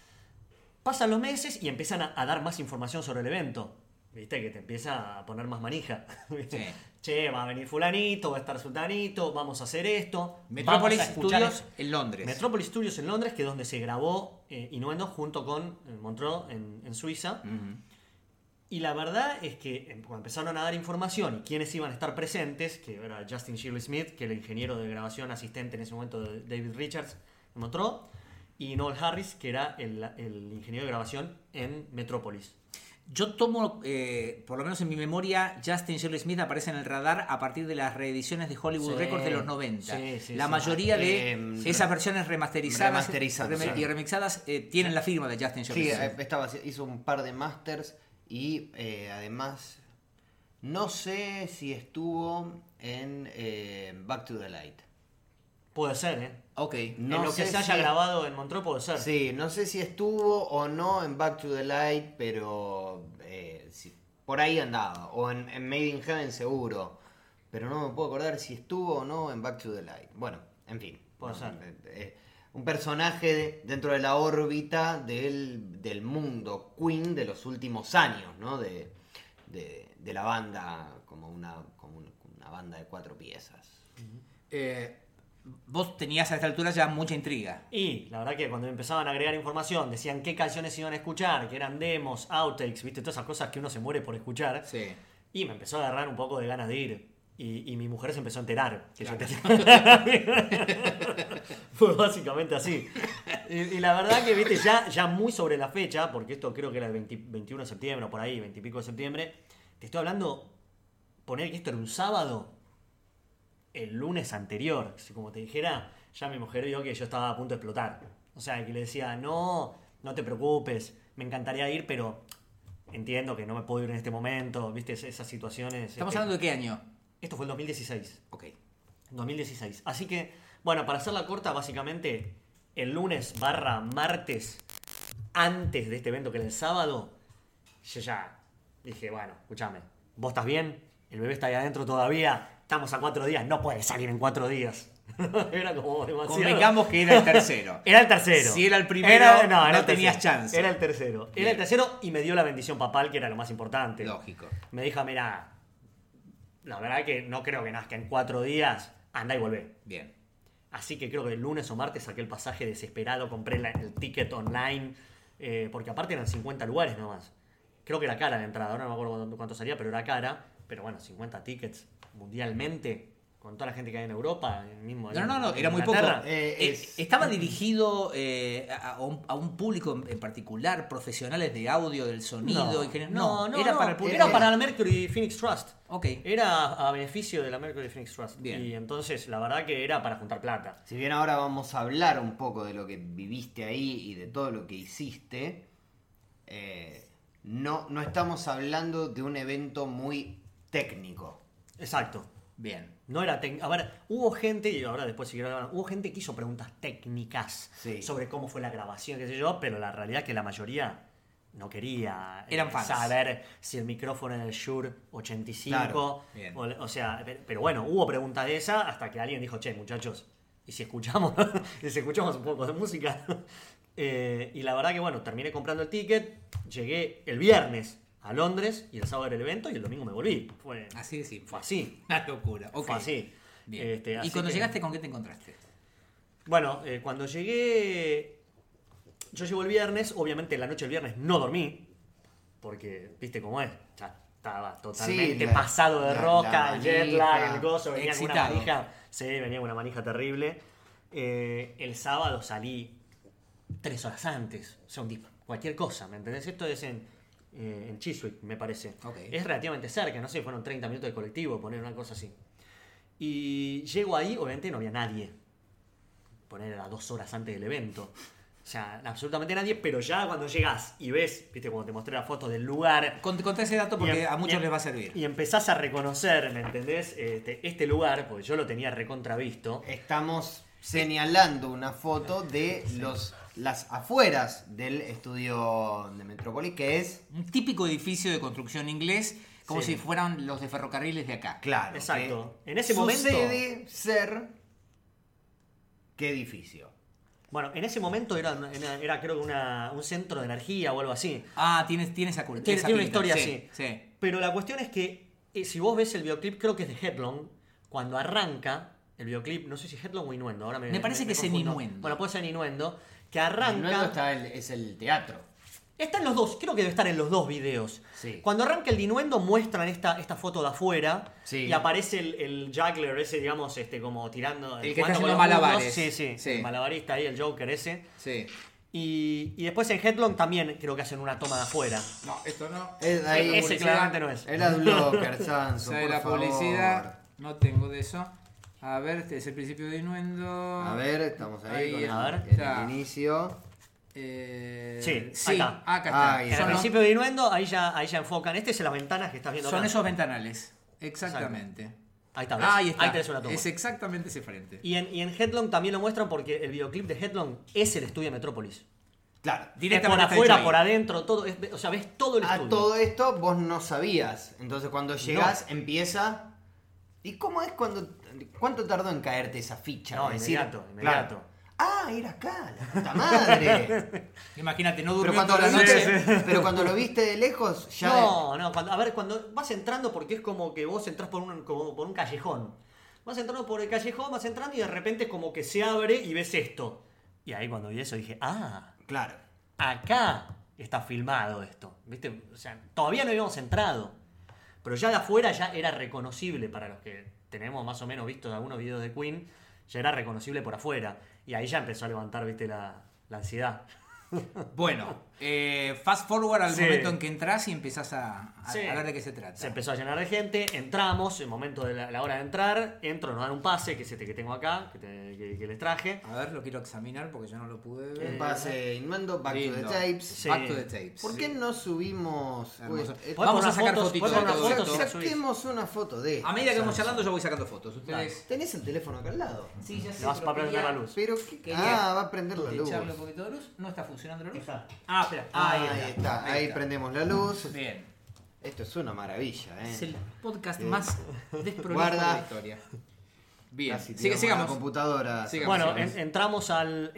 D: Pasan los meses y empiezan a dar más información sobre el evento. Viste que te empieza a poner más manija.
B: Sí.
D: Che, va a venir fulanito, va a estar sultanito, vamos a hacer esto.
B: Metropolis
D: vamos a escuchar
B: Studios
D: esto.
B: en Londres.
D: Metropolis Studios en Londres, que es donde se grabó Innuendo junto con Montreux en Suiza.
B: Ujú.
D: Y la verdad es que cuando empezaron a dar información y quiénes iban a estar presentes, que era Justin Shirley Smith, que era el ingeniero de grabación asistente en ese momento de David Richards en Montreux, y Noel Harris, que era el ingeniero de grabación en Metropolis.
B: Yo tomo, por lo menos en mi memoria, Justin Shirley Smith aparece en el radar a partir de las reediciones de Hollywood
D: Sí,
B: Records de los 90.
D: sí,
B: La
D: sí.
B: mayoría de esas versiones remasterizadas
C: Remasterizadas,
B: y remixadas tienen la firma de Justin Shirley
C: Sí,
B: Smith.
C: hizo un par de masters y además no sé si estuvo en Back to the Light.
D: Puede ser, ¿eh?
B: Ok.
C: No
D: en lo que
C: sé
D: se haya
C: si-
D: grabado en Montreux puede ser.
C: Sí, no sé si estuvo o no en Back to the Light, pero sí, por ahí andaba. O en Made in Heaven seguro. Pero no me puedo acordar si estuvo o no en Back to the Light. Bueno, en fin.
D: Puede ser.
C: Un personaje dentro de la órbita del mundo Queen de los últimos años, ¿no? De la banda como una banda de 4 piezas.
B: Vos tenías a esta altura ya mucha intriga.
D: Y la verdad que cuando empezaban a agregar información, decían qué canciones iban a escuchar, que eran demos, outtakes, viste, todas esas cosas que uno se muere por escuchar.
B: Sí.
D: Y me empezó a agarrar un poco de ganas de ir. Y mi mujer se empezó a enterar. Que
B: Claro.
D: yo tenía... Fue básicamente así. Y la verdad que, viste, ya muy sobre la fecha, porque esto creo que era el 21 de septiembre o por ahí, 20 y pico de septiembre, te estoy hablando, poner que esto era un sábado, el lunes anterior. Si como te dijera, ya mi mujer vio que yo estaba a punto de explotar. O sea, que le decía, no te preocupes, me encantaría ir, pero entiendo que no me puedo ir en este momento, viste, esas situaciones.
B: ¿Estamos hablando de qué año?
D: Esto fue el 2016.
B: Ok.
D: 2016. Así que, bueno, para hacerla corta, básicamente, el lunes / martes, antes de este evento que era el sábado, yo ya dije, bueno, escúchame, ¿vos estás bien? El bebé está ahí adentro todavía, estamos a 4 días, no puedes salir en 4 días. Era como demasiado.
B: Convengamos que era el tercero.
D: Era el tercero.
B: Si era el primero, no
D: el
B: tenías
D: tercero.
B: chance.
D: Era el tercero.
B: Bien.
D: Era el tercero y me dio la bendición papal, que era lo más importante.
B: Lógico.
D: Me dijo, mira, la verdad que no creo que nazca en 4 días, anda y volvé.
B: Bien.
D: Así que creo que el lunes o martes saqué el pasaje desesperado, compré el ticket online, porque aparte eran 50 lugares nomás. Creo que era cara la entrada, ahora no me acuerdo cuánto salía, pero era cara. Pero bueno, 50 tickets mundialmente, con toda la gente que hay en Europa, el mismo allá
B: No,
D: en
B: era muy poco.
D: Inglaterra.
B: Estaba dirigido a un público en particular, profesionales de audio, del sonido, ingenieros. Era para el público.
D: Era para el Mercury Phoenix Trust.
B: Ok.
D: Era a beneficio de la Mercury Phoenix Trust.
B: Bien.
D: Y entonces, la verdad que era para juntar plata.
C: Si bien ahora vamos a hablar un poco de lo que viviste ahí y de todo lo que hiciste, no estamos hablando de un evento muy técnico.
D: Exacto.
B: Bien.
D: No era a ver, hubo gente, y ahora después si quiero hablar, hubo gente que hizo preguntas técnicas
C: Sí.
D: sobre cómo fue la grabación, qué sé yo, pero la realidad es que la mayoría no quería
B: Eran fans.
D: saber si el micrófono era el Shure 85.
C: Claro,
B: bien.
D: O sea, pero bueno, hubo preguntas de esa hasta que alguien dijo, che, muchachos, ¿y si escuchamos, y si escuchamos un poco de música? Y la verdad que bueno, terminé comprando el ticket, llegué el viernes a Londres y el sábado era el evento y el domingo me volví. Fue
B: Así de simple.
D: Fue así.
B: Una locura. Ok.
D: Fue así.
B: Bien. ¿Y
D: Así
B: cuando
D: que-
B: llegaste, con qué te encontraste?
D: Bueno, cuando llegué, yo llego el viernes, obviamente la noche del viernes no dormí, porque viste cómo es, ya estaba totalmente
C: Sí,
D: pasado de
C: la
D: rosca, el jet lag,
C: manija,
D: el gozo, venía con una
B: excitado.
D: manija, sí, venía con una manija terrible. El sábado salí 3 horas antes, o sea, cualquier cosa, ¿me entendés? Esto es en Chiswick, me parece.
B: Ok.
D: Es relativamente cerca, no sé, fueron 30 minutos de colectivo, poner una cosa así. Y llego ahí, obviamente no había nadie. Poner a 2 horas antes del evento. O sea, absolutamente nadie, pero ya cuando llegas y ves, viste, cuando te mostré la foto del lugar.
B: Conté ese dato porque
D: y em-
B: a muchos
D: y em-
B: les va a servir.
D: Y empezás a reconocer, ¿me entendés? Este lugar, porque yo lo tenía recontravisto.
C: Estamos señalando una foto de las afueras del estudio de Metrópolis, que es,
B: Un típico edificio de construcción inglés, como
D: Sí.
B: si fueran los de ferrocarriles de acá.
C: claro,
D: Exacto.
C: que
D: En ese momento-
C: sucede ser... ¿Qué edificio?
D: Bueno, en ese momento era creo que un centro de energía o algo así.
B: Ah, tiene esa
D: Tiene
B: esa
D: una
B: pinta.
D: historia
B: Sí,
D: así.
B: Sí.
D: Pero la cuestión es que si vos ves el videoclip, creo que es de Headlong, cuando arranca el videoclip, no sé si Headlong o Innuendo, ahora
B: Me parece que es en
D: confundo.
B: Innuendo.
D: Bueno, puede ser en Innuendo, que
C: Luego
D: arranca...
C: está es el teatro.
D: Está en los dos, creo que debe estar en los dos videos.
C: Sí.
D: Cuando arranca el Dinuendo muestran esta foto de afuera
C: Sí.
D: y aparece el juggler ese, digamos, como tirando...
B: El que
D: jugando
B: está
D: con
B: haciendo
D: los
B: malabares.
D: mundos. Sí,
B: Sí.
D: el malabarista ahí, el Joker ese.
B: Sí.
D: Y después en Headlong también creo que hacen una toma de afuera.
B: No, esto no.
C: Es ahí,
D: Ese
B: publicidad.
D: claramente no es.
C: el Adblocker, Sanso,
B: Sale
C: por
B: la
C: favor.
B: publicidad. No tengo de eso. A ver, este es el principio de Innuendo.
C: A ver, estamos ahí,
B: Ahí,
C: con el,
D: a ver.
C: el
B: Ya.
C: inicio.
D: Sí,
B: sí,
D: acá.
B: acá está.
C: Ahí
D: En el
B: Son,
D: principio de Dinuendo, ahí ya enfocan. Este es las ventanas que estás viendo
B: son
D: acá.
B: esos ventanales. Exactamente.
D: Ahí está, ¿ves?
B: Ahí está.
D: Ahí tenés una toma.
B: Es exactamente ese frente.
D: Y en Headlong también lo muestran porque el videoclip de Headlong es el estudio de Metrópolis.
C: Claro.
B: Directamente
D: por
B: está
D: afuera,
B: hecho ahí.
D: por adentro, todo. O sea, ves todo el
C: A
D: estudio.
C: todo esto vos no sabías. Entonces cuando llegás empieza... ¿Y cómo es cuánto tardó en caerte esa ficha?
D: No,
C: De
D: inmediato.
C: Claro. Ah, era acá, la puta madre.
B: Imagínate, no
C: pero,
B: durmió
C: cuando
B: toda
C: lo
B: la
C: viste,
B: noche.
C: pero cuando lo viste de lejos, ya...
D: No, cuando vas entrando, porque es como que vos entras como por un callejón. Vas entrando por el callejón, vas entrando y de repente como que se abre y ves esto. Y ahí cuando vi eso dije,
C: Claro.
D: acá está filmado esto. ¿Viste? O sea, todavía no habíamos entrado. Pero ya de afuera ya era reconocible para los que tenemos más o menos visto algunos videos de Queen. Ya era reconocible por afuera. Y ahí ya empezó a levantar, viste, la ansiedad.
B: Bueno, fast forward al
D: Sí.
B: momento en que entras y empezás a
D: Sí.
B: ver de qué se trata.
D: Se empezó a llenar de gente, entramos, el momento de la hora de entrar, entro, nos dan un pase, que es este que tengo acá, que les traje.
B: A ver, lo quiero examinar porque yo no lo pude ver.
C: Un pase Innuendo, Back to the
B: Lindo.
C: Tapes.
D: Sí.
B: Back to the tapes.
C: ¿Por qué no subimos?
B: Hermoso.
C: Pues,
B: Vamos
D: poner
B: a sacar
D: fotos,
B: fotitos
D: podés
B: de
D: poner
B: todo
D: fotos,
B: esto.
C: saquemos una foto de esto.
B: A medida que vamos
C: Sanso.
B: charlando yo voy sacando fotos. Ustedes...
C: ¿Tenés el teléfono acá al lado?
B: Sí, ya sé.
D: Le vas a
B: pero
D: prender
B: quería
D: la luz.
C: Pero qué...
B: Quería
C: va a prender la luz.
B: echarle un poquito de luz. ¿No está funcionando la luz?
D: Está.
B: Ah, espera.
C: Ahí está, ahí
B: está.
C: prendemos la luz.
B: Bien.
C: Esto es una maravilla,
B: Es el podcast
C: Bien.
B: más desprolijo
C: Guarda.
B: de la historia. Bien.
C: Casi tiramos
B: Sigamos.
C: la computadora.
B: Sigamos.
D: Bueno, entramos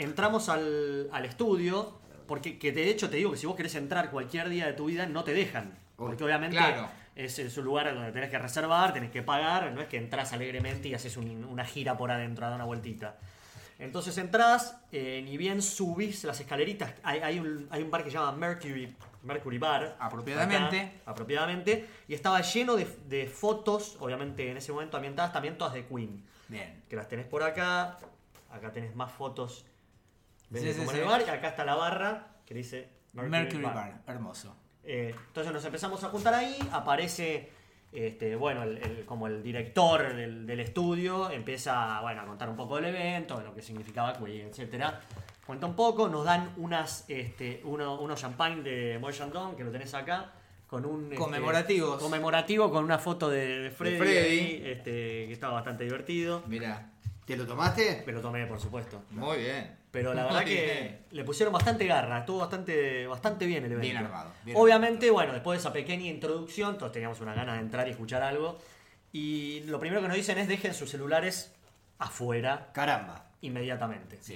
D: al estudio, porque que de hecho te digo que si vos querés entrar cualquier día de tu vida no te dejan. Porque obviamente
B: Claro.
D: es un lugar donde tenés que reservar, tenés que pagar, no es que entras alegremente y haces una gira por adentro, a dar una vueltita. Entonces entras, ni bien subís las escaleritas, hay un bar que se llama Mercury Bar.
B: Apropiadamente.
D: Acá, apropiadamente. Y estaba lleno de fotos, obviamente en ese momento ambientadas también todas de Queen.
B: Bien.
D: Que las tenés por acá. Acá tenés más fotos de
B: Sí, sí,
D: como en
B: sí.
D: el bar. Y acá está la barra que dice
B: Mercury Bar. Hermoso.
D: Entonces nos empezamos a juntar ahí. Aparece bueno, como el director del estudio. Empieza a contar un poco del evento, de lo que significaba Queen, etcétera. Cuenta un poco, nos dan unos champagne de Moet Chandon, que lo tenés acá, con un
B: Conmemorativos.
D: conmemorativo con una foto de Freddy,
B: Freddy.
D: ahí, que estaba bastante divertido.
B: Mira.
C: ¿Te lo tomaste?
D: Me lo tomé, por supuesto.
B: Muy bien.
D: Pero la
B: Muy
D: verdad
B: bien.
D: que le pusieron bastante garra, estuvo bastante bien el evento.
B: Bien armado, bien
D: Obviamente, bueno, después de esa pequeña introducción, todos teníamos una ganas de entrar y escuchar algo. Y lo primero que nos dicen es dejen sus celulares afuera
C: Caramba.
D: inmediatamente.
B: Sí.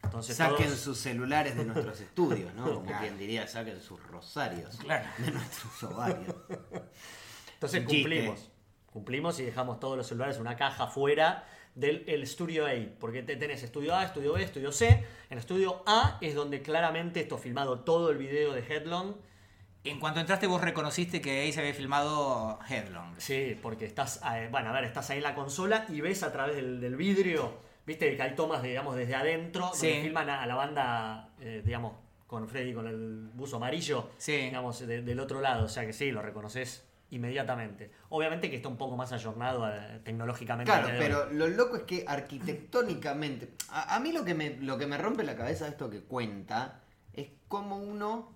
D: Entonces
C: saquen
D: todos...
C: sus celulares de nuestros estudios, ¿no? Como quien diría, saquen sus rosarios de nuestros ovarios.
D: Entonces cumplimos y dejamos todos los celulares en una caja fuera del Studio A, porque tenés Estudio A, Estudio B, Estudio C. En Estudio A es donde claramente esto filmado todo el video de Headlong.
B: En cuanto entraste vos reconociste que ahí se había filmado Headlong.
D: Sí, porque estás ahí en la consola y ves a través del vidrio, viste que hay tomas, digamos, desde adentro, donde filman a la banda, digamos, con Freddy con el buzo amarillo, digamos, del otro lado. O sea que sí, lo reconoces inmediatamente. Obviamente que está un poco más ayornado tecnológicamente.
C: Claro, pero lo loco es que arquitectónicamente, a mí lo que me rompe la cabeza de esto que cuenta es cómo uno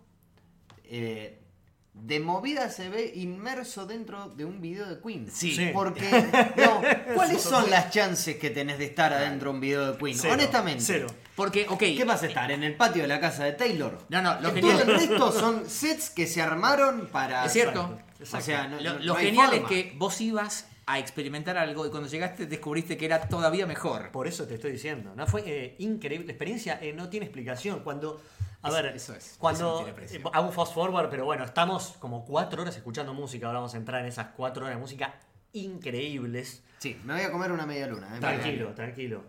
C: de movida se ve inmerso dentro de un video de Queen.
B: Sí.
C: Porque, ¿cuáles son las chances que tenés de estar adentro de un video de Queen? Honestamente.
D: Cero.
B: Porque,
C: ¿Qué vas a estar? ¿En el patio de la casa de Taylor?
B: No, lo
C: Todo
B: genial...
C: el resto son sets que se armaron para...
B: Es cierto.
C: O sea,
B: Lo
C: hay
B: genial
C: forma.
B: es que vos ibas a experimentar algo y cuando llegaste descubriste que era todavía mejor.
D: Por eso te estoy diciendo, ¿no? Fue increíble. La experiencia no tiene explicación. Cuando... Eso no tiene precio. Hago un fast forward, pero bueno, estamos como 4 horas escuchando música. Ahora vamos a entrar en esas 4 horas de música increíbles.
C: Sí, me voy a comer una media luna.
D: Tranquilo.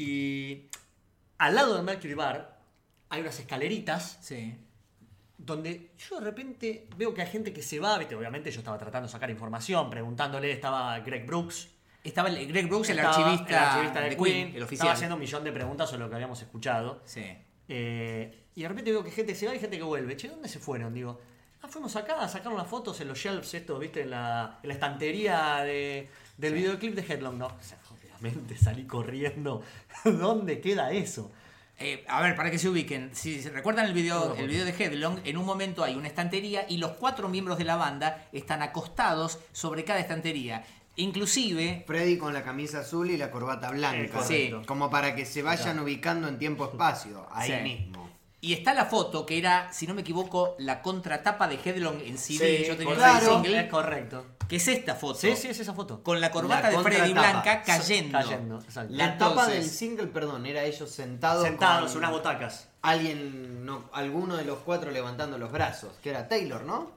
D: Y al lado del Mercury Bar hay unas escaleritas.
B: Sí.
D: Donde yo de repente veo que hay gente que se va, ¿viste? Obviamente yo estaba tratando de sacar información, preguntándole, estaba Greg Brooks.
B: Estaba Greg Brooks, el archivista
D: de Queen,
B: el oficial.
D: Estaba haciendo un millón de preguntas sobre lo que habíamos escuchado.
B: Sí.
D: Y de repente veo que gente se va y gente que vuelve. Che, ¿dónde se fueron? Digo, fuimos acá, sacaron las fotos en los shelves estos, ¿viste? En la estantería del videoclip de Headlong. No, o sea, obviamente salí corriendo. ¿Dónde queda eso?
B: A ver, para que se ubiquen, si se recuerdan el video de Headlong, en un momento hay una estantería y los 4 miembros de la banda están acostados sobre cada estantería. Inclusive...
C: Freddy con la camisa azul y la corbata blanca.
B: Sí.
C: Como para que se vayan ubicando en tiempo-espacio, ahí mismo.
B: Y está la foto que era, si no me equivoco, la contratapa de Headlong en CD.
D: Sí,
B: yo tenía
C: claro.
B: el single.
D: Es correcto.
B: Que es esta foto.
D: Sí, es esa foto.
B: Con la corbata
C: La
B: de Freddy
C: contratapa.
B: blanca cayendo.
D: Exacto.
C: La tapa del single, perdón, era ellos sentados
D: Sentados en
C: con
D: unas butacas.
C: alguno de los 4 levantando los brazos, que era Taylor, ¿no?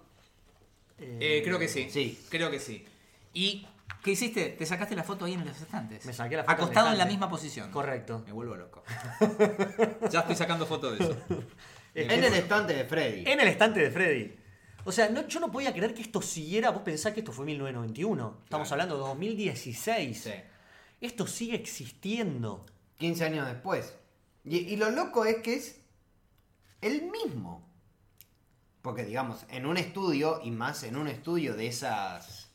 B: Creo que sí.
C: Sí.
B: Creo que sí. ¿Y qué hiciste? ¿Te sacaste la foto ahí en los estantes?
D: Me saqué la foto
B: acostado en la
D: estante.
B: misma posición.
D: Correcto.
B: Me vuelvo loco. Ya estoy sacando fotos de eso.
C: En el estante de Freddy.
D: En el estante de Freddy. O sea, yo no podía creer que esto siguiera. Vos pensás que esto fue 1991. Estamos hablando de 2016.
B: Sí.
D: Esto sigue existiendo.
C: 15 años después. Y lo loco es que es el mismo. Porque, digamos, en un estudio, y más en un estudio de esas...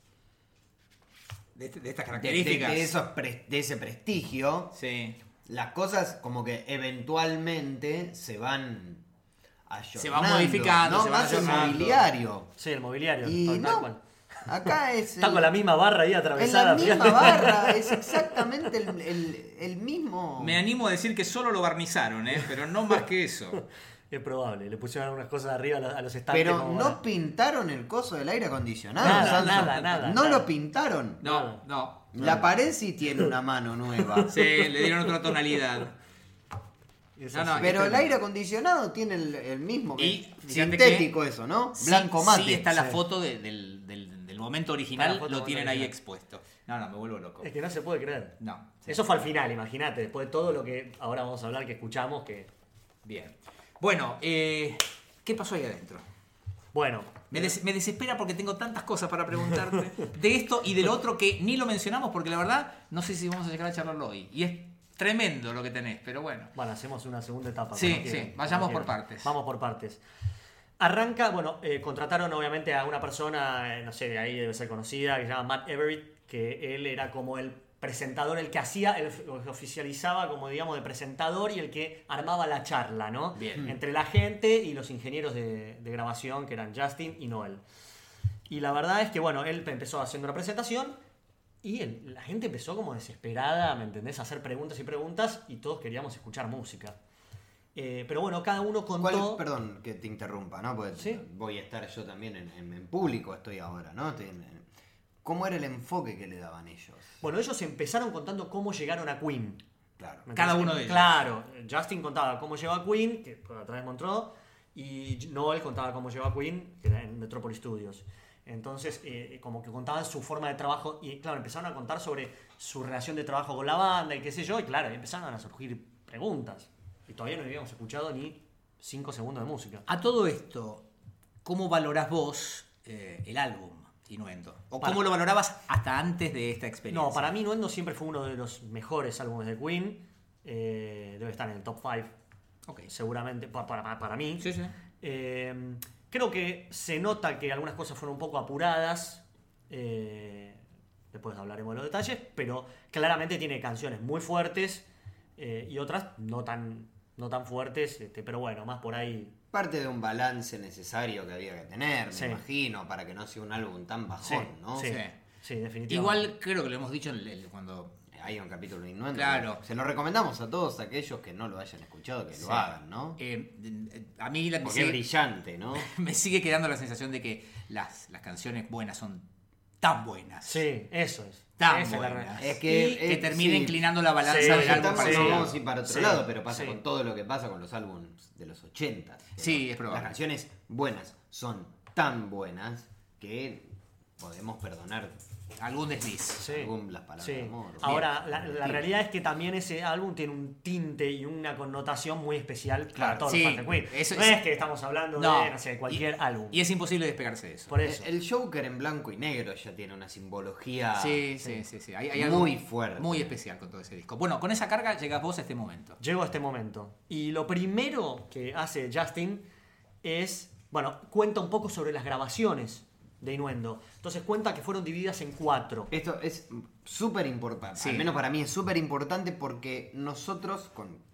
B: De estas características.
C: De ese prestigio,
B: Sí.
C: las cosas como que eventualmente se van ayornando.
B: Se van modificando,
C: ¿no?
B: se van
C: Más el
B: ayornando.
C: mobiliario.
D: Sí, el mobiliario.
C: Y
D: tal
C: no,
D: cual.
C: acá es...
D: Está con la misma barra ahí
C: en
D: atravesada.
C: la misma barra, es exactamente el mismo...
B: Me animo a decir que solo lo barnizaron, pero no más que eso.
D: Es probable. Le pusieron algunas cosas arriba a los estantes.
C: Pero
D: como
C: no
D: para-
C: pintaron el coso del aire acondicionado,
D: Nada,
C: Samson.
D: nada.
C: No lo pintaron.
B: No.
C: La pared sí tiene una mano nueva.
B: Sí, le dieron otra tonalidad.
D: Es
B: No,
D: así.
B: no,
C: Pero el aire acondicionado tiene el mismo.
B: Y fíjate
C: sintético eso, ¿no? Blanco mate.
B: Sí, está la
D: Sí.
B: foto del momento original,
D: Está la foto
B: lo
D: del
B: tienen
D: momento
B: ahí
D: original.
B: expuesto. No, me vuelvo loco.
D: Es que no se puede creer.
B: No.
D: Eso fue al final, imagínate. Después de todo lo que ahora vamos a hablar, que escuchamos, que...
B: Bien. Bueno, ¿qué pasó ahí adentro?
D: Bueno,
B: Me desespera porque tengo tantas cosas para preguntarte de esto y del otro que ni lo mencionamos porque la verdad no sé si vamos a llegar a charlarlo hoy. Y es tremendo lo que tenés, pero bueno.
D: hacemos una segunda etapa.
B: Sí,
D: como quieran,
B: sí, vayamos
D: como
B: por
D: quieran.
B: partes.
D: Vamos por partes. Arranca, contrataron obviamente a una persona, no sé, de ahí debe ser conocida, que se llama Matt Everett, que él era como el presentador, el que hacía, el que oficializaba como digamos de presentador y el que armaba la charla, ¿no?
B: Bien.
D: Entre la gente y los ingenieros de grabación, que eran Justin y Noel. Y la verdad es que, él empezó haciendo una presentación y la gente empezó como desesperada, ¿me entendés? A hacer preguntas y preguntas y todos queríamos escuchar música. Pero bueno, cada uno contó...
C: Perdón que te interrumpa, ¿no? Porque
D: ¿Sí?
C: voy a estar yo también en público, estoy ahora, ¿no? ¿Cómo era el enfoque que le daban ellos?
D: Bueno, ellos empezaron contando cómo llegaron a Queen.
C: Claro.
B: Cada uno de ellos.
D: Claro, Justin contaba cómo llegó a Queen, que a través de Montreux, y Noel contaba cómo llegó a Queen, que era en Metropolis Studios. Entonces, como que contaban su forma de trabajo y, claro, empezaron a contar sobre su relación de trabajo con la banda y qué sé yo, y claro, empezaron a surgir preguntas. Y todavía no habíamos escuchado ni 5 segundos de música.
B: A todo esto, ¿cómo valorás vos el álbum Innuendo? ¿O cómo lo valorabas hasta antes de esta experiencia?
D: No, para mí Innuendo siempre fue uno de los mejores álbumes de Queen. Debe estar en el top 5,
B: Okay.
D: seguramente, para mí.
B: Sí, sí.
D: Creo que se nota que algunas cosas fueron un poco apuradas. Después hablaremos de los detalles, pero claramente tiene canciones muy fuertes y otras no tan fuertes, pero bueno, más por ahí.
C: Parte de un balance necesario que había que tener,
D: Sí.
C: me imagino, para que no sea un álbum tan bajón, ¿no?
D: Sí,
B: Sí.
D: sí, definitivamente.
B: Igual creo que lo hemos dicho cuando...
C: Hay un capítulo de Innuendo.
B: Claro.
C: Se lo recomendamos a todos aquellos que no lo hayan escuchado, que lo hagan, ¿no?
B: A mí
C: Porque es brillante, ¿no?
B: me sigue quedando la sensación de que las canciones buenas son tan buenas.
D: Sí, eso es.
B: Tan
D: Esa es la
B: buenas.
D: realidad.
C: Es
B: Y que termina
C: sí.
B: inclinando la balanza
D: Sí,
B: del álbum
C: Estamos,
B: para
D: sí.
B: ese lado.
C: vamos a ir para otro
D: Sí,
C: lado, pero pasa
D: sí.
C: con todo lo que pasa con los álbumes de los 80.
B: Sí, es probable.
C: Las canciones buenas son tan buenas que podemos perdonar
B: Algún desliz.
D: Sí.
C: las palabras
D: Sí.
C: de amor.
D: Ahora,
C: Bien.
D: la realidad es que también ese álbum tiene un tinte y una connotación muy especial para
C: Claro,
D: todos
B: sí,
D: los fans de Queen.
B: eso
D: No
B: es-
D: es que estamos hablando de, no sé, cualquier álbum.
B: Y es imposible despegarse de eso.
D: Por eso.
C: El Joker en blanco y negro ya tiene una simbología
B: Sí. Hay algo
C: muy fuerte.
B: muy especial con todo ese disco. Bueno, con esa carga llegas vos a este momento.
D: Llego a este momento. Y lo primero que hace Justin es, bueno, cuenta un poco sobre las grabaciones de Innuendo. Entonces cuenta que fueron divididas en 4.
C: Esto es súper importante,
B: Sí.
C: al menos para mí es súper importante porque nosotros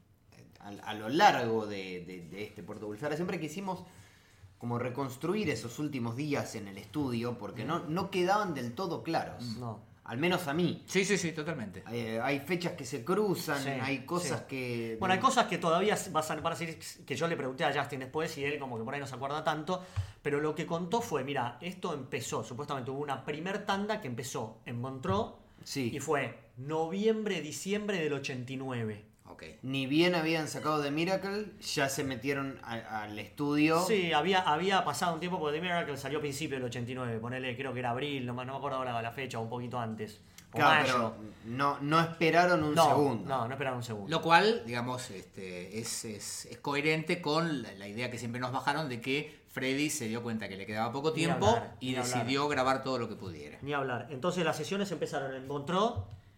C: a lo largo de este Puerto Bulsara siempre quisimos como reconstruir esos últimos días en el estudio porque no quedaban del todo claros,
D: No.
C: al menos a mí.
B: Sí, totalmente.
C: Hay fechas que se cruzan,
D: Sí,
C: hay cosas
D: sí.
C: que...
D: Bueno, hay cosas que todavía van a seguir, que yo le pregunté a Justin después y él como que por ahí no se acuerda tanto, pero lo que contó fue, mira, esto empezó, supuestamente hubo una primer tanda que empezó en Montreux
C: Sí.
D: y fue noviembre, diciembre del 89.
B: Ok.
C: Ni bien habían sacado The Miracle, ya se metieron al estudio.
D: Sí, había pasado un tiempo porque The Miracle salió a principio del 89, ponele, creo que era abril, no me acuerdo ahora la fecha, o un poquito antes. O
C: Claro,
D: mayo.
C: pero no esperaron un segundo.
D: No esperaron un segundo.
B: Lo cual, digamos, es coherente con la idea que siempre nos bajaron de que Freddy se dio cuenta que le quedaba poco
D: Ni
B: tiempo
D: hablar,
B: y
D: ni hablar.
B: decidió grabar todo lo que pudiera.
D: Ni hablar. Entonces las sesiones empezaron en Montreux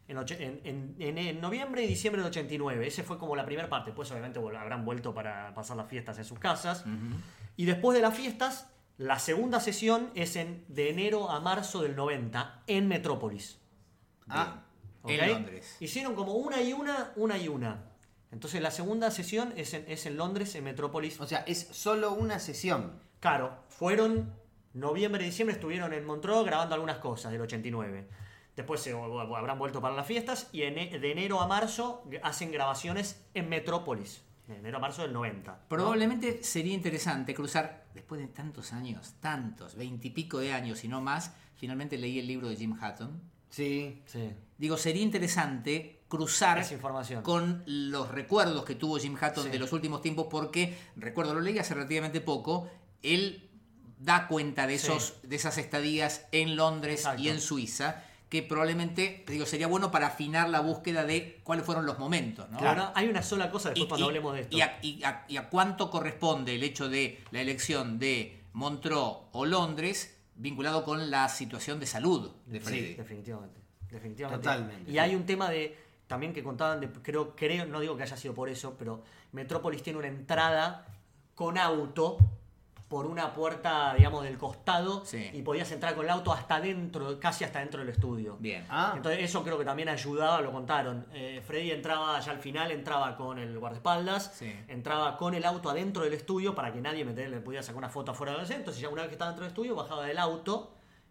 D: en noviembre y diciembre del 89. Ese fue como la primera parte. Después obviamente habrán vuelto para pasar las fiestas en sus casas. Y después de las fiestas, la segunda sesión es de enero a marzo del 90 en Metrópolis.
C: Ah,
D: ¿Ok?
B: En Londres.
D: Hicieron como una y una. Entonces la segunda sesión es en Londres, en Metrópolis.
C: o sea, es solo una sesión.
D: Claro, fueron noviembre y diciembre, estuvieron en Montreux grabando algunas cosas del 89. Después habrán vuelto para las fiestas y de enero a marzo hacen grabaciones en Metrópolis. De enero a marzo del 90. ¿no?
B: Probablemente sería interesante cruzar, después de tantos años, 20 y pico de años y no más, finalmente leí el libro de Jim Hutton.
C: Sí.
D: Sí.
B: Digo, sería interesante cruzar
D: Esa información.
B: con los recuerdos que tuvo Jim Hutton
D: Sí.
B: de los últimos tiempos, porque, recuerdo, lo leí hace relativamente poco, él da cuenta de,
D: Sí.
B: de esas estadías en Londres
D: Exacto.
B: y en Suiza, que probablemente, digo, sería bueno para afinar la búsqueda de cuáles fueron los momentos, ¿no?
D: Claro, hay una sola cosa después cuando hablemos de esto.
B: Y a cuánto corresponde el hecho de la elección de Montreux o Londres vinculado con la situación de salud de Freddy.
D: Sí, definitivamente.
C: Totalmente,
D: Y
C: sí.
D: hay un tema también que contaban, creo, no digo que haya sido por eso, pero Metrópolis tiene una entrada con auto por una puerta, digamos, del costado,
B: Sí.
D: y podías entrar con el auto casi hasta dentro del estudio.
B: Bien.
C: Ah,
D: Entonces eso creo que también ayudaba, lo contaron. Freddy entraba, ya al final entraba con el guardaespaldas,
B: Sí.
D: entraba con el auto adentro del estudio para que nadie le pudiera sacar una foto afuera del escenario. Entonces ya una vez que estaba dentro del estudio, bajaba del auto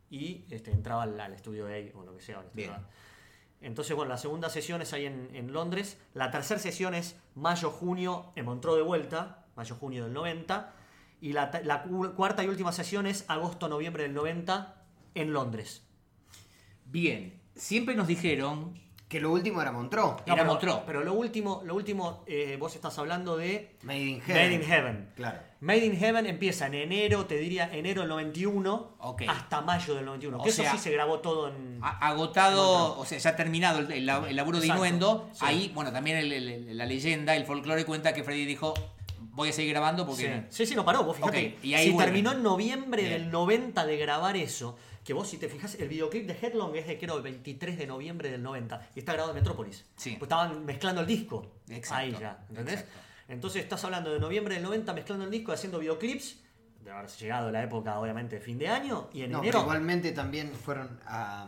D: y entraba al estudio de o lo que sea.
B: Bien.
D: Entonces, bueno, la segunda sesión es ahí en Londres. La tercera sesión es mayo-junio en Montreux de vuelta, mayo-junio del 90. Y la cuarta y última sesión es agosto-noviembre del 90 en Londres.
B: Bien, siempre nos dijeron
C: Que lo último era Montreux.
B: Era Montreux.
D: Pero lo último, vos estás hablando de
C: Made in Heaven.
D: Made in Heaven.
C: Claro.
D: Made in Heaven empieza en enero, te diría enero del 91
B: Ok.
D: hasta mayo del 91.
B: O
D: Que eso
B: sea,
D: sí se grabó todo en...
B: Agotado, o sea, ya terminado el laburo de
D: Exacto,
B: Innuendo,
D: sí.
B: ahí, bueno, también la leyenda, el folclore cuenta que Freddy dijo, voy a seguir grabando porque...
D: Sí, no paró. Vos fijate,
B: Ok, y ahí
D: si
B: vuelve.
D: terminó en noviembre
B: Bien.
D: del 90 de grabar eso, que vos si te fijas, el videoclip de Headlong es de creo el 23 de noviembre del 90 y está grabado en Metrópolis.
B: Sí.
D: Pues estaban mezclando el disco.
B: Exacto,
D: Ahí ya, ¿entendés?
B: exacto.
D: Entonces estás hablando de noviembre del 90 mezclando el disco, haciendo videoclips, de haberse llegado la época obviamente de fin de año y en
C: No,
D: enero...
C: pero igualmente también fueron a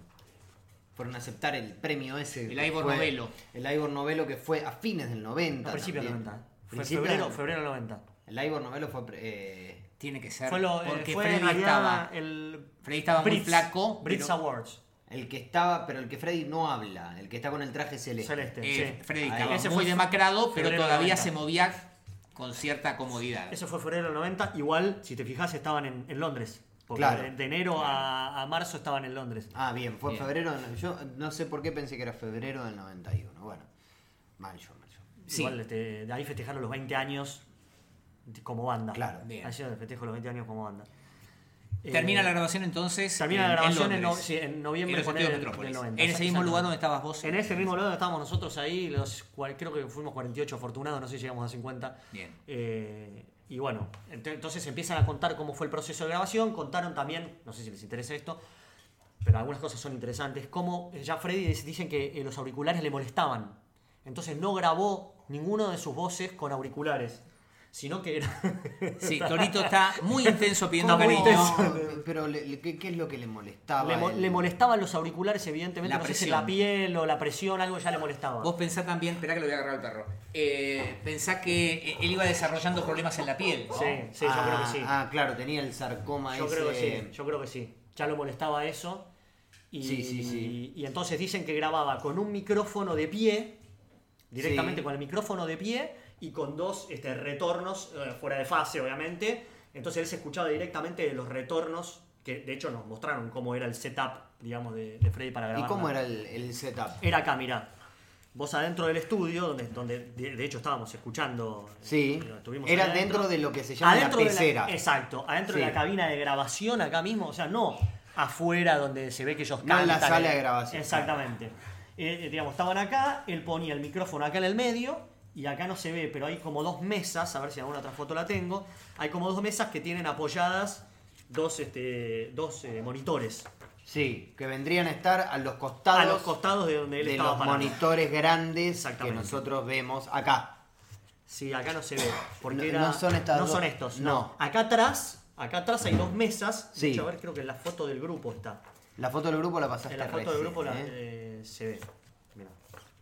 C: aceptar el premio ese.
B: El Ivor Novello.
C: El Ivor Novello que fue a fines del 90.
D: A principios del
C: también.
D: 90. Fue
C: Principios
D: febrero del 90.
C: El Ivor Novello fue...
B: Tiene que ser, porque
D: fue
B: Freddy
D: allá
B: estaba...
D: el
B: Freddy estaba muy
D: Brits-
B: flaco.
D: Brits
B: pero,
D: Awards.
C: el que estaba, pero el que Freddy no habla, el que está con el traje celeste.
D: Celeste. Sí.
B: Freddy
C: Ahí.
B: estaba
D: Ese
B: muy
D: fue
B: demacrado, pero
D: febrero
B: todavía
D: 90.
B: se movía con cierta comodidad.
D: Eso fue febrero del 90. Igual, si te fijas, estaban en Londres. Porque
C: Claro.
D: de enero a marzo estaban en Londres.
C: Ah, bien, fue
B: Bien.
C: febrero. Yo no sé por qué pensé que era febrero del 91. Bueno, mal yo.
B: Sí.
D: Igual de ahí festejaron los 20 años como banda.
C: Claro.
B: Bien.
D: Ahí se festejo los 20 años como banda.
B: Termina la grabación entonces.
D: Termina la grabación en,
B: Londres,
D: en noviembre
B: en los
D: ponele,
B: estudios
D: del
B: Metrópolis.
D: 90.
B: En ese mismo lugar donde
D: Exactamente.
B: estabas vos.
D: En ese mismo lugar donde estábamos nosotros ahí, creo que fuimos 48 afortunados, no sé si llegamos a 50.
B: Bien.
D: Y bueno, entonces empiezan a contar cómo fue el proceso de grabación, contaron también, no sé si les interesa esto, pero algunas cosas son interesantes, como ya Freddy dicen que los auriculares le molestaban, entonces no grabó ninguno de sus voces con auriculares, sino que era...
B: Sí, Torito está muy intenso pidiendo
D: Muy
B: cariño.
D: intenso.
C: Pero ¿qué es lo que le molestaba?
D: Le molestaban los auriculares, evidentemente,
B: La
D: no sé si
B: presión.
D: la piel o la presión, algo ya le molestaba.
B: Vos pensá también, esperá que lo voy a agarrar al perro. Pensá que él iba desarrollando problemas en la piel, ¿no?
D: Sí, yo creo que sí.
C: Ah, claro, tenía el sarcoma
D: Yo
C: ese.
D: creo que sí. Ya lo molestaba eso. Y,
C: Sí.
D: y entonces dicen que grababa con un micrófono de pie, directamente
C: Sí.
D: con el micrófono de pie y con dos retornos fuera de fase, obviamente. Entonces él se escuchaba directamente de los retornos, que de hecho nos mostraron cómo era el setup, digamos, de Freddy para grabar.
C: ¿Y cómo era el setup?
D: Era acá, mirá. Vos adentro del estudio, donde de hecho estábamos escuchando.
C: Sí.
D: Estuvimos
C: Era
D: ahí adentro.
C: dentro de lo que se llama la pecera.
D: Exacto, adentro de
C: Sí.
D: la cabina de grabación, acá mismo, o sea, no afuera donde se ve que ellos
C: No
D: cantan.
C: en la sala de grabación.
D: Exactamente. Digamos, estaban acá, él ponía el micrófono acá en el medio, y acá no se ve, pero hay como dos mesas, a ver si en alguna otra foto la tengo, hay como dos mesas que tienen apoyadas dos monitores.
C: Sí, que vendrían a estar a los costados.
D: A los costados de donde él
C: de
D: estaba
C: los
D: parado.
C: monitores grandes que
D: Exactamente.
C: nosotros vemos acá.
D: Sí, acá no se ve. Porque
C: No son estas
D: no
C: dos.
D: son estos.
C: No.
D: Acá atrás hay dos mesas. De
C: Sí.
D: hecho, a ver, creo que en la foto del grupo está.
C: La foto del grupo la pasaste
D: En la foto
C: recién,
D: del grupo
C: ¿eh?
D: se ve. Mira.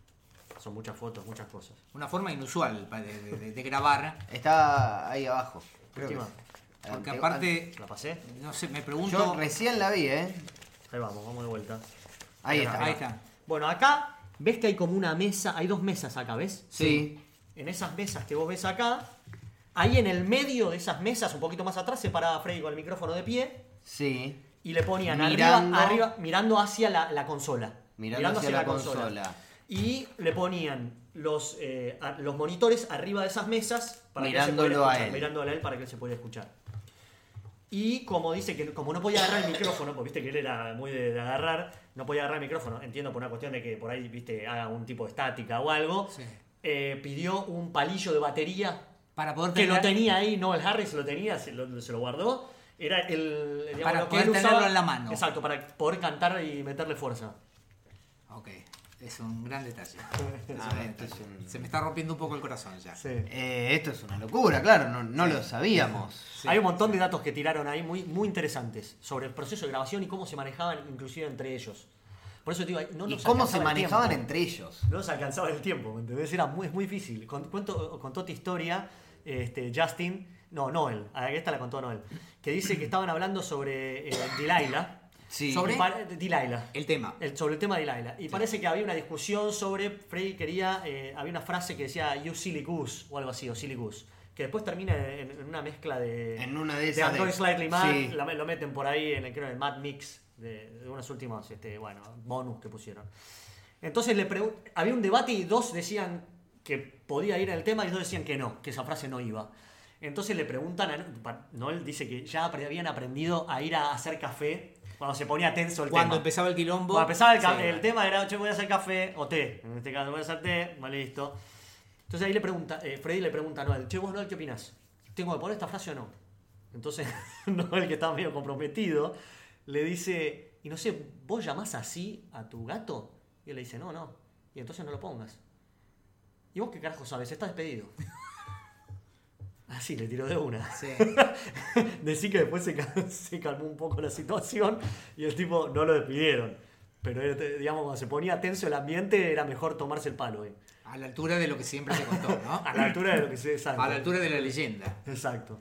D: Son muchas fotos, muchas cosas.
B: Una forma inusual de grabar.
C: Está ahí abajo. Creo que
D: Última.
C: sí.
B: Porque
C: Ah,
B: aparte,
D: ¿La pasé?
B: no sé, me pregunto.
C: yo recién la vi, ¿eh?
D: Ahí vamos de vuelta.
C: Ahí está.
B: Ahí está.
D: Bueno, acá, ves que hay como una mesa, hay dos mesas acá, ¿ves?
C: Sí.
D: En esas mesas que vos ves acá, ahí en el medio de esas mesas, un poquito más atrás, se paraba Freddy con el micrófono de pie
C: Sí.
D: y le ponían
C: Mirando.
D: arriba, mirando hacia la consola.
C: Mirando hacia la consola.
D: Y le ponían los monitores arriba de esas mesas para
C: Mirándolo
D: que él se pudiera
C: a
D: escuchar,
C: él.
D: mirándolo a él para que él se pudiera escuchar. Y como dice que como no podía agarrar el micrófono, porque viste que él era muy de agarrar, no podía agarrar el micrófono, entiendo por una cuestión de que por ahí viste haga un tipo de estática o algo,
B: Sí.
D: pidió un palillo de batería
B: Para poder
D: que lo
B: tener-
D: tenía ahí, no, el Harris lo tenía, se lo guardó. Era digamos,
B: Para
D: lo que
B: poder
D: él
B: tenerlo
D: usaba-
B: en la mano.
D: Exacto, para poder cantar y meterle fuerza.
B: Ok, es un gran detalle.
C: Esto es un-
B: Se me está rompiendo un poco el corazón ya.
D: Sí.
C: Esto es una locura, claro, no lo sabíamos.
B: Sí.
D: Hay un montón de datos que tiraron ahí muy, muy interesantes sobre el proceso de grabación y cómo se manejaban inclusive entre ellos. Por eso te digo, no
C: ¿Y
D: nos
C: cómo se
D: alcanzaba el
C: manejaban
D: tiempo.
C: entre ellos?
D: No nos alcanzaba el tiempo, ¿me entendés? Era es muy difícil. Contó esta historia, Noel, esta la contó Noel, que dice que estaban hablando sobre Delilah.
C: Sí.
B: Sobre-
D: Delilah.
B: El tema.
D: Sobre el tema de Delilah. Y parece que había una discusión sobre, Freddy quería, había una frase que decía You silly goose, o algo así, o silly goose. Que después termina en una mezcla de...
C: En una de
D: de
C: esas
D: I'm Going Slightly Mad,
C: Sí.
D: lo meten por ahí, creo en el Mad Mix, de unos últimos bonus que pusieron. Entonces había un debate y dos decían que podía ir en el tema y dos decían que no, que esa frase no iba. Entonces le preguntan a Noel, dice que ya habían aprendido a ir a hacer café cuando se ponía tenso el tema.
B: Cuando empezaba el quilombo.
D: Cuando empezaba el tema era, che, voy a hacer café o té. En este caso voy a hacer té, listo. Entonces ahí Freddy le pregunta a Noel, che, vos Noel, ¿qué opinás? ¿Tengo que poner esta frase o no? Entonces Noel, que estaba medio comprometido, le dice, y no sé, ¿vos llamás así a tu gato? Y él le dice, no. Y entonces no lo pongas. ¿Y vos qué carajo sabes? Estás despedido. Así le tiró de una.
B: Sí.
D: Decí que después se calmó un poco la situación y el tipo no lo despidieron. Pero digamos, cuando se ponía tenso el ambiente era mejor tomarse el palo.
B: A la altura de lo que siempre se contó, ¿no?
D: A la altura de lo que se sabe.
B: A la altura de la leyenda.
D: Exacto.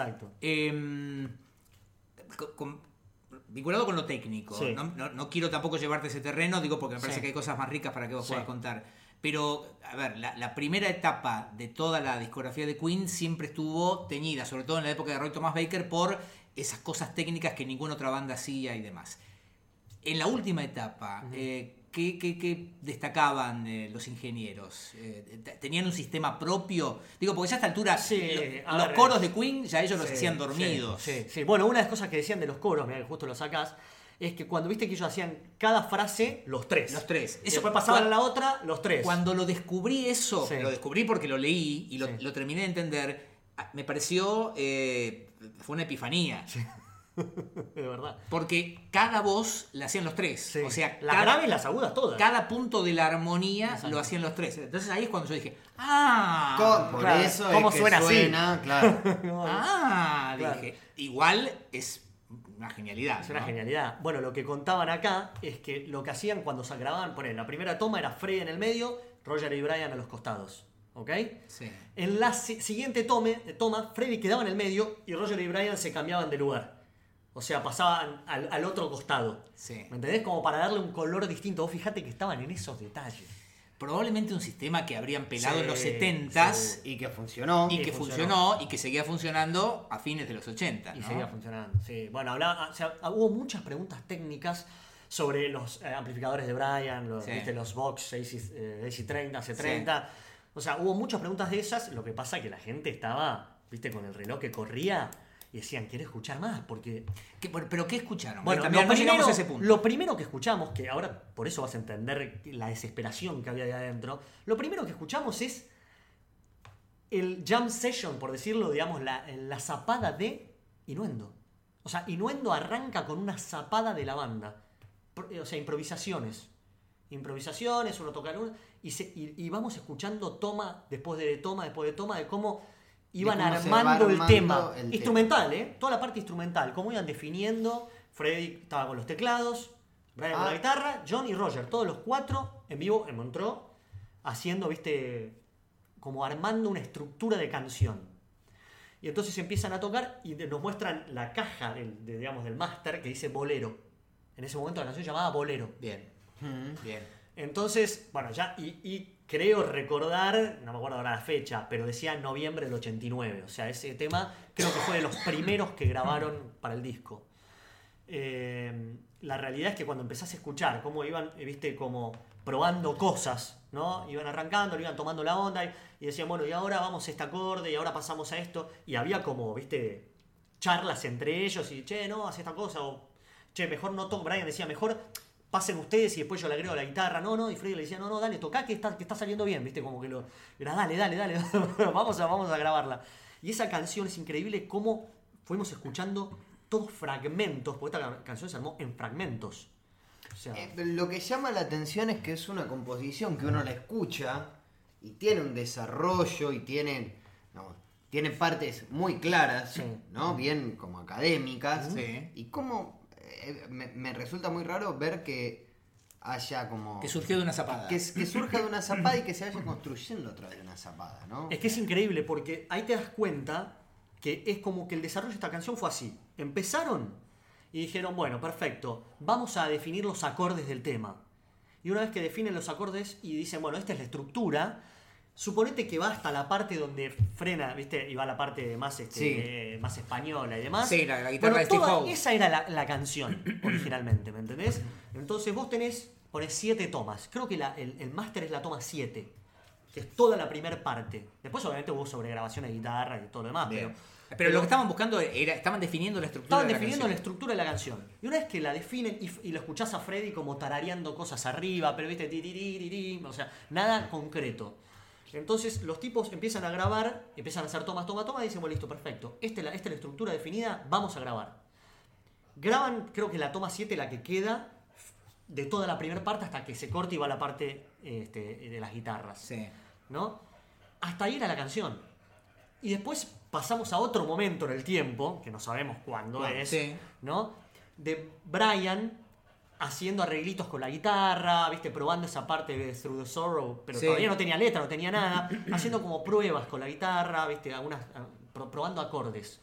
B: Vinculado con lo técnico,
D: sí.
B: no quiero tampoco llevarte ese terreno, digo porque me parece
D: sí.
B: que hay cosas más ricas para que vos
D: sí.
B: puedas contar. Pero, a ver, la primera etapa de toda la discografía de Queen siempre estuvo teñida, sobre todo en la época de Roy Thomas Baker, por esas cosas técnicas que ninguna otra banda hacía y demás. En la última etapa, ¿qué destacaban los ingenieros? ¿Tenían un sistema propio? Digo, porque ya a esta altura los coros de Queen ya ellos los hacían dormidos.
D: Sí. Bueno, una de las cosas que decían de los coros, mira, justo lo sacás, es que cuando viste que ellos hacían cada frase, los tres.
B: Eso,
D: después pasaban a la otra, los tres.
B: Cuando lo descubrí eso,
D: sí.
B: lo descubrí porque lo leí y lo terminé de entender, me pareció, fue una epifanía.
D: Sí. De verdad.
B: Porque cada voz la hacían los tres.
D: Sí.
B: O sea,
D: las graves y las agudas todas.
B: Cada punto de la armonía lo hacían los tres. Entonces ahí es cuando yo dije, por
C: claro,
B: eso
C: ¿cómo
B: es que
C: suena
B: así?
C: Claro.
B: Claro. Dije, igual es una genialidad.
D: Es una genialidad. Bueno, lo que contaban acá es que lo que hacían cuando se grababan, por ejemplo, la primera toma era Freddy en el medio, Roger y Brian a los costados. ¿Ok?
B: Sí.
D: En la siguiente toma, Freddy quedaba en el medio y Roger y Brian se cambiaban de lugar. O sea, pasaban al otro costado.
B: Sí.
D: ¿Me entendés? Como para darle un color distinto. Vos fijate que estaban en esos detalles.
B: Probablemente un sistema que habrían pelado en los 70s
C: y que funcionó.
B: Y que funcionó y que seguía funcionando a fines de los 80.
D: Y
B: ¿no?
D: seguía funcionando, sí. Bueno, hubo muchas preguntas técnicas sobre los amplificadores de Brian, los Vox AC30, C30. Sí. O sea, hubo muchas preguntas de esas. Lo que pasa es que la gente estaba, viste, con el reloj que corría y decían, ¿quiero escuchar más? Porque...
B: ¿Pero qué escucharon?
D: Bueno,
B: también llegamos a ese punto.
D: Lo primero que escuchamos, que ahora por eso vas a entender la desesperación que había ahí adentro, lo primero que escuchamos es el jam session, por decirlo, digamos, la zapada de Innuendo. O sea, Innuendo arranca con una zapada de la banda. O sea, improvisaciones, uno toca el uno, y vamos escuchando toma después de toma de cómo iban armando el tema. Instrumental, Toda la parte instrumental. Cómo iban definiendo. Freddy estaba con los teclados, Brian con la guitarra, John y Roger, todos los cuatro en vivo en Montreux, haciendo, viste, como armando una estructura de canción. Y entonces empiezan a tocar y nos muestran la caja del máster que dice Bolero. En ese momento la canción llamaba Bolero.
B: Bien.
D: Entonces, bueno, ya, y creo recordar, no me acuerdo ahora la fecha, pero decía noviembre del 89. O sea, ese tema creo que fue de los primeros que grabaron para el disco. La realidad es que cuando empezás a escuchar cómo iban, viste, como probando cosas, ¿no? Iban arrancando, le iban tomando la onda y decían, bueno, y ahora vamos a este acorde y ahora pasamos a esto. Y había como, viste, charlas entre ellos y, che, no, haz esta cosa, o, che, mejor no toco. Brian decía, mejor pasen ustedes y después yo le agrego la guitarra. No, y Freddy le decía, no, dale, tocá que está saliendo bien, viste, como que dale, vamos a grabarla. Y esa canción es increíble cómo fuimos escuchando todos fragmentos, porque esta canción se armó en fragmentos. O sea,
C: lo que llama la atención es que es una composición que uno la escucha y tiene un desarrollo y tiene partes muy claras,
D: sí,
C: ¿no? Bien como académicas.
B: Sí.
C: Y cómo me resulta muy raro ver que haya como...
B: Que surgió de una zapada.
C: Que surja de una zapada y que se vaya construyendo otra vez de una zapada, ¿no?
D: Es que es increíble porque ahí te das cuenta que es como que el desarrollo de esta canción fue así. Empezaron y dijeron, bueno, perfecto, vamos a definir los acordes del tema. Y una vez que definen los acordes y dicen, bueno, esta es la estructura, suponete que va hasta la parte donde frena, ¿viste? Y va la parte más, más española y demás.
B: Sí, la guitarra de Steve Howe.
D: Esa era la canción originalmente, ¿me entendés? Entonces vos tenés pone 7 tomas. Creo que el máster es la toma 7, que es toda la primera parte. Después obviamente hubo sobregrabación de guitarra y todo lo demás,
B: pero lo que estaban buscando estaban definiendo la estructura
D: de la estructura de la canción. Y una vez que la definen y lo escuchás a Freddy como tarareando cosas arriba, pero viste, o sea, nada concreto. Entonces los tipos empiezan a grabar, empiezan a hacer toma, y dicen, bueno, listo, perfecto. Esta es la estructura definida, vamos a grabar. Graban, creo que la toma 7, la que queda de toda la primera parte hasta que se corta y va la parte de las guitarras.
B: Sí.
D: ¿No? Hasta ahí era la canción. Y después pasamos a otro momento en el tiempo, que no sabemos cuándo es,
B: sí.
D: ¿no? De Brian haciendo arreglitos con la guitarra, ¿viste? Probando esa parte de Through the Sorrow, pero
B: sí.
D: todavía no tenía letra, no tenía nada, haciendo como pruebas con la guitarra, ¿viste? Probando acordes.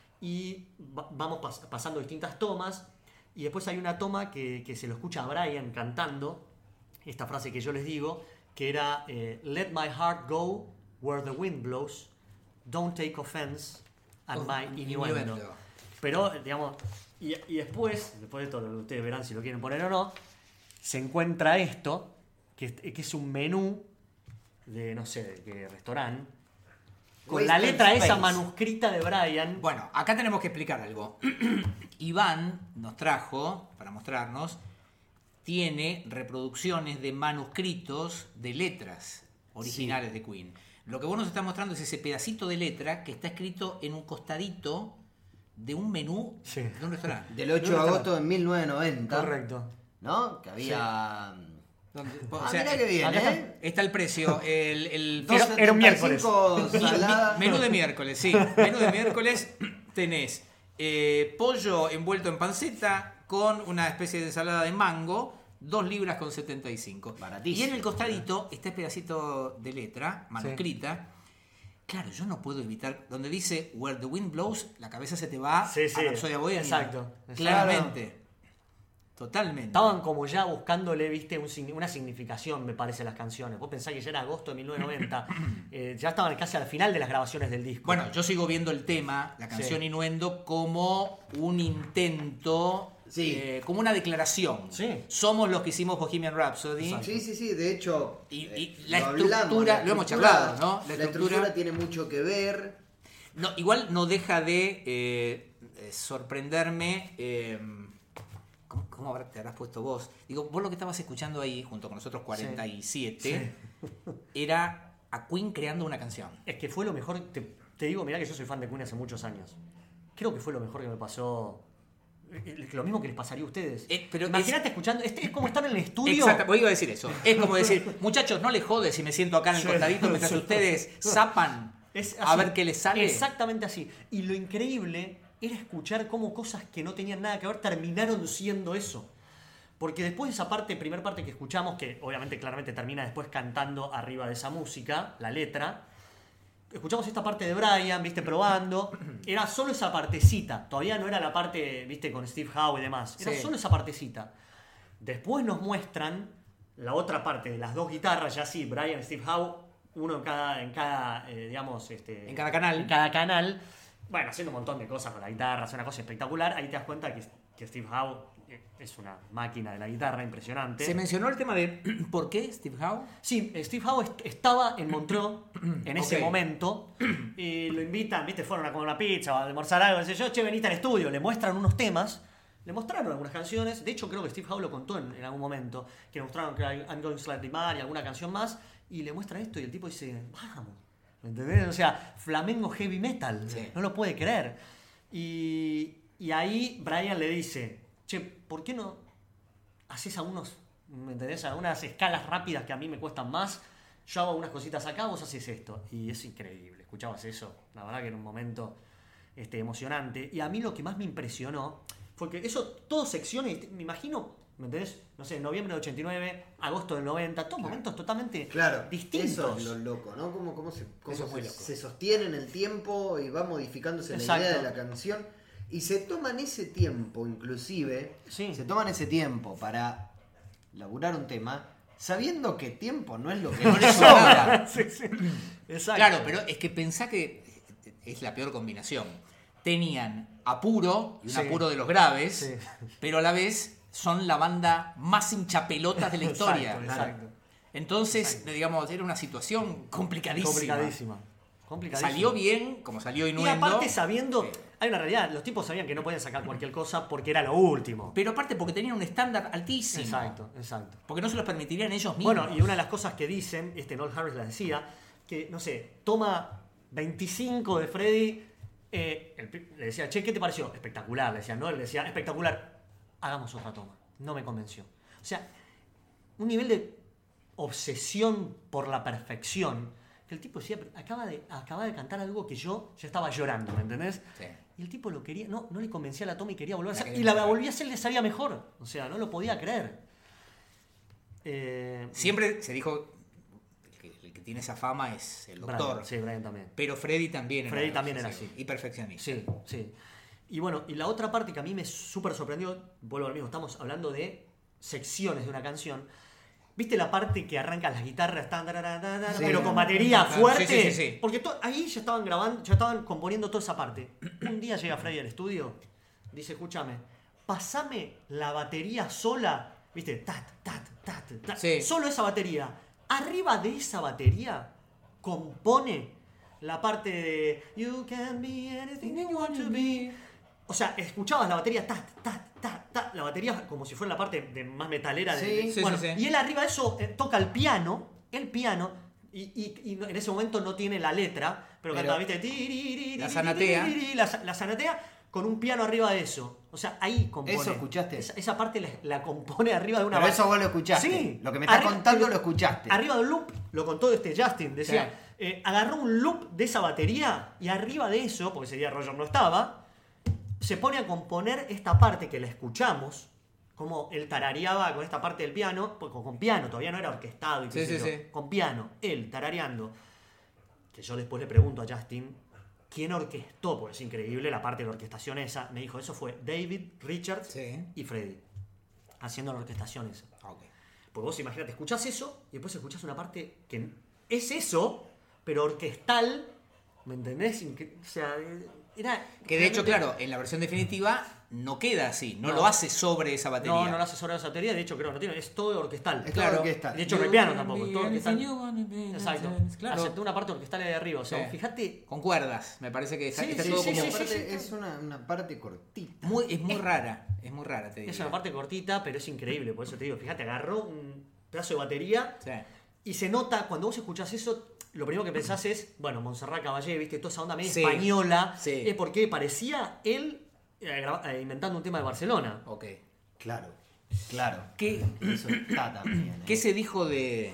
D: Y vamos pasando distintas tomas, y después hay una toma que se lo escucha a Brian cantando, esta frase que yo les digo, que era Let my heart go where the wind blows, don't take offense at my innuendo. Pero, digamos, y después de todo lo que ustedes verán si lo quieren poner o no, se encuentra esto, que es un menú de, no sé, de qué restaurante, con la letra esa manuscrita de Brian.
B: Bueno, acá tenemos que explicar algo. Iván nos trajo, para mostrarnos, tiene reproducciones de manuscritos de letras originales de Queen. Lo que vos nos estás mostrando es ese pedacito de letra que está escrito en un costadito de un menú de un restaurante.
C: Del 8 de agosto de 1990.
D: Correcto.
C: ¿No? Que había...
B: Mirá
C: que bien,
B: está el precio.
D: Era un miércoles.
B: Menú de miércoles, sí. Menú de miércoles tenés pollo envuelto en panceta con una especie de ensalada de mango, 2 libras con 75.
C: Baratísimo.
B: Y en el costadito está este pedacito de letra manuscrita. Sí. Claro, yo no puedo evitar, donde dice Where the wind blows, la cabeza se te va a Rhapsody Bohemia.
D: Exacto.
B: Claramente. Totalmente.
D: Estaban como ya buscándole, viste, una significación, me parece, las canciones. Vos pensás que ya era agosto de 1990. Ya estaban casi al final de las grabaciones del disco.
B: Bueno, yo sigo viendo el tema, la canción Innuendo, como un intento, como una declaración.
D: Sí.
B: Somos los que hicimos Bohemian Rhapsody.
C: Sí. De hecho,
B: y la estructura, lo hemos charlado, ¿no?
C: La estructura tiene mucho que ver.
B: No, igual no deja de sorprenderme. ¿Cómo te habrás puesto vos? Digo, vos lo que estabas escuchando ahí, junto con nosotros 47, era a Queen creando una canción.
D: Es que fue lo mejor, te digo, mirá que yo soy fan de Queen hace muchos años. Creo que fue lo mejor que me pasó. Lo mismo que les pasaría a ustedes.
B: Pero
D: imagínate escuchando, es como estar en el estudio.
B: Exacto, voy a decir eso. Es como decir, muchachos, no les jode si me siento acá en el costadito mientras ustedes zapan a ver qué les sale.
D: Exactamente así. Y lo increíble era escuchar cómo cosas que no tenían nada que ver terminaron siendo eso. Porque después de esa primera parte que escuchamos, que obviamente claramente termina después cantando arriba de esa música, la letra, escuchamos esta parte de Brian, viste, probando, era solo esa partecita, todavía no era la parte, viste, con Steve Howe y demás, era solo esa partecita. Después nos muestran la otra parte de las 2 guitarras, ya sí, Brian y Steve Howe, uno en cada digamos,
B: en cada canal.
D: En cada canal. Bueno, haciendo un montón de cosas con la guitarra, es una cosa espectacular. Ahí te das cuenta que Steve Howe es una máquina de la guitarra impresionante.
B: ¿Se mencionó el tema de por qué Steve Howe?
D: Sí, Steve Howe estaba en Montreux en ese momento y lo invitan, viste, fueron a comer una pizza o a almorzar algo, sé yo, che, venite al estudio, le muestran unos temas, le mostraron algunas canciones, de hecho creo que Steve Howe lo contó en algún momento, que le mostraron que I'm Going Slightly Mad y alguna canción más, y le muestran esto y el tipo dice, vamos. ¿Entendés? O sea, flamenco heavy metal. No lo puede creer. Y ahí Brian le dice, che, ¿por qué no haces a unos, ¿me entendés? A unas escalas rápidas que a mí me cuestan más? Yo hago unas cositas acá, vos haces esto. Y es increíble. Escuchabas eso. La verdad que era un momento emocionante. Y a mí lo que más me impresionó fue que eso, todas secciones, me imagino, ¿me entendés? No sé, noviembre del 89, agosto del 90, todos momentos totalmente distintos.
C: Eso es lo loco, ¿no? Cómo se sostiene en el tiempo y va modificándose la idea de la canción. Y se toman ese tiempo, inclusive, se toman ese tiempo para laburar un tema, sabiendo que tiempo no es lo que no les sobra.
D: Exacto.
B: Claro, pero es que pensá que es la peor combinación. Tenían apuro, y un apuro de los graves, pero a la vez son la banda más hinchapelotas de la historia.
D: Exacto.
B: Entonces, digamos, era una situación complicadísima.
D: Complicadísima.
B: Salió bien, como salió Innuendo.
D: Y aparte sabiendo, hay una realidad, los tipos sabían que no podían sacar cualquier cosa porque era lo último.
B: Pero aparte porque tenían un estándar altísimo.
D: Exacto.
B: Porque no se los permitirían ellos mismos.
D: Bueno, y una de las cosas que dicen, Noel Harris la decía, que, no sé, toma 25 de Freddy, le decía, che, ¿qué te pareció? Espectacular, le decía, Noel le decía, espectacular, hagamos otra toma. No me convenció. O sea, un nivel de obsesión por la perfección, que el tipo decía, acaba de cantar algo que yo estaba llorando, ¿me entendés?
B: Sí.
D: Y el tipo lo quería, no le convencía la toma y quería volver a hacer, y la volvía a hacer y le salía mejor. O sea, no lo podía creer.
B: Siempre se dijo, el que tiene esa fama es el doctor.
D: Brian, sí, Brian también.
B: Pero Freddy también
D: era así.
B: Y perfeccionista.
D: Sí. Y bueno, y la otra parte que a mí me súper sorprendió, vuelvo al mismo, estamos hablando de secciones de una canción. ¿Viste la parte que arrancan las guitarras, pero con batería fuerte?
B: Sí.
D: Porque ahí ya estaban grabando, ya estaban componiendo toda esa parte. Un día llega Freddy al estudio, dice, escúchame, pasame la batería sola, ¿viste? Tat.
B: Sí.
D: Solo esa batería. Arriba de esa batería compone la parte de You can be anything you want to be. O sea, escuchabas la batería, la batería como si fuera la parte más metalera.
B: Sí.
D: Y él arriba de eso toca el piano, y en ese momento no tiene la letra, pero cantaba, ¿viste?
B: La zanatea.
D: La zanatea con un piano arriba de eso. O sea, ahí compone.
C: ¿Eso escuchaste?
D: Esa parte la compone arriba de una
C: Pero
D: base.
C: eso vos lo escuchaste.
D: Sí.
C: Lo que me estás contando lo escuchaste.
D: Arriba de un loop, lo contó Justin, decía, agarró un loop de esa batería y arriba de eso, porque ese día Roger no estaba, se pone a componer esta parte que la escuchamos, como él tarareaba con esta parte del piano, con piano, todavía no era orquestado, con piano, él tarareando. Que yo después le pregunto a Justin, ¿quién orquestó? Porque es increíble la parte de la orquestación esa. Me dijo, eso fue David, Richards y Freddy, haciendo la orquestación esa.
B: Okay.
D: Pues vos imagínate, escuchás eso y después escuchás una parte que es eso, pero orquestal, ¿me entendés? O sea, era...
B: Que de hecho, claro, en la versión definitiva no queda así, no lo hace sobre esa batería.
D: No lo hace sobre esa batería, de hecho creo que no tiene, es todo orquestal.
C: Es todo orquestal.
D: De hecho no hay piano tampoco, es todo orquestal.
B: Exacto.
D: Claro. Aceptó una parte orquestal de arriba, o sea, fíjate...
B: Con cuerdas, me parece que está todo como...
C: Es una parte cortita.
B: Es muy rara, te digo.
D: Es una parte cortita, pero es increíble, por eso te digo, fíjate, agarró un pedazo de batería y se nota, cuando vos escuchás eso, lo primero que pensás es, bueno, Montserrat Caballé, viste, toda esa onda medio española, es porque parecía él inventando un tema de Barcelona.
B: Ok.
C: Claro.
B: ¿Qué,
C: eso está también.
B: ¿Qué se dijo de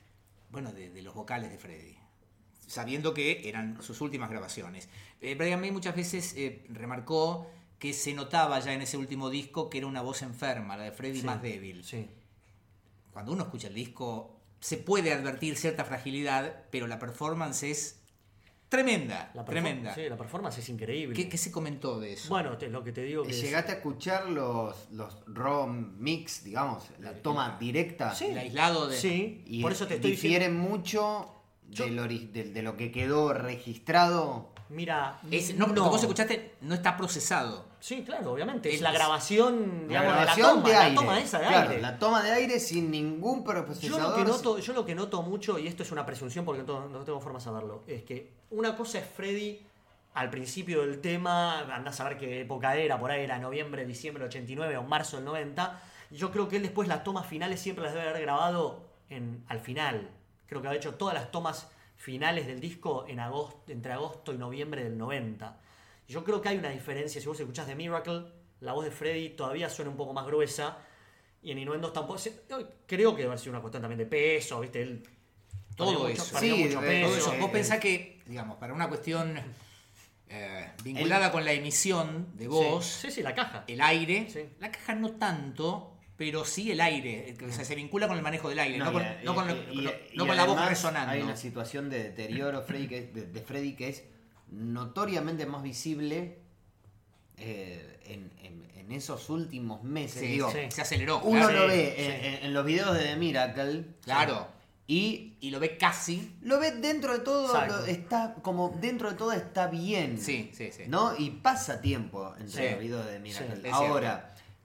B: los vocales de Freddy? Sabiendo que eran sus últimas grabaciones. Brian May muchas veces remarcó que se notaba ya en ese último disco que era una voz enferma, la de Freddy más débil.
D: Sí.
B: Cuando uno escucha el disco se puede advertir cierta fragilidad, pero la performance es tremenda. Tremenda.
D: Sí, la performance es increíble.
B: ¿Qué se comentó de eso?
D: Bueno, lo que te digo que
C: ¿Llegaste a escuchar los raw mix, digamos, la toma directa?
D: Sí.
B: El aislado de...
D: Sí,
C: Y
D: por eso te estoy
C: difieren
D: diciendo...
C: mucho de lo que quedó registrado.
D: Mira,
B: Lo que vos escuchaste no está procesado.
D: Sí, claro, obviamente. Es la grabación, digamos,
C: la grabación
D: de la toma,
C: aire.
D: la toma esa de
C: claro,
D: aire.
C: La toma de aire sin ningún procesador.
D: Yo lo que noto mucho, y esto es una presunción porque no tengo forma de saberlo, es que una cosa es Freddy al principio del tema, andás a ver qué época era, por ahí era noviembre, diciembre del 89 o marzo del 90. Y yo creo que él después las tomas finales siempre las debe haber grabado al final. Creo que ha hecho todas las tomas finales del disco entre agosto y noviembre del 90. Yo creo que hay una diferencia. Si vos escuchás The Miracle, la voz de Freddy todavía suena un poco más gruesa. Y en Innuendo tampoco. Creo que debe haber sido una cuestión también de peso, ¿viste? Él
B: todo eso.
D: Mucho peso.
B: Vos pensás que, digamos, para una cuestión vinculada con la emisión de voz.
D: Sí, la caja.
B: El aire.
D: Sí.
B: La caja no tanto, pero sí el aire. O sea, se vincula con el manejo del aire, no con la voz resonando.
C: Hay una situación de deterioro de Freddy que es notoriamente más visible en esos últimos meses.
B: Se aceleró.
C: Uno lo ve en los videos de The Miracle.
B: Claro. Y lo ve casi.
C: Lo ve dentro de todo, está como dentro de todo está bien.
B: Sí.
C: ¿No? Y pasa tiempo entre los videos de The Miracle.
B: Sí,
C: ahora,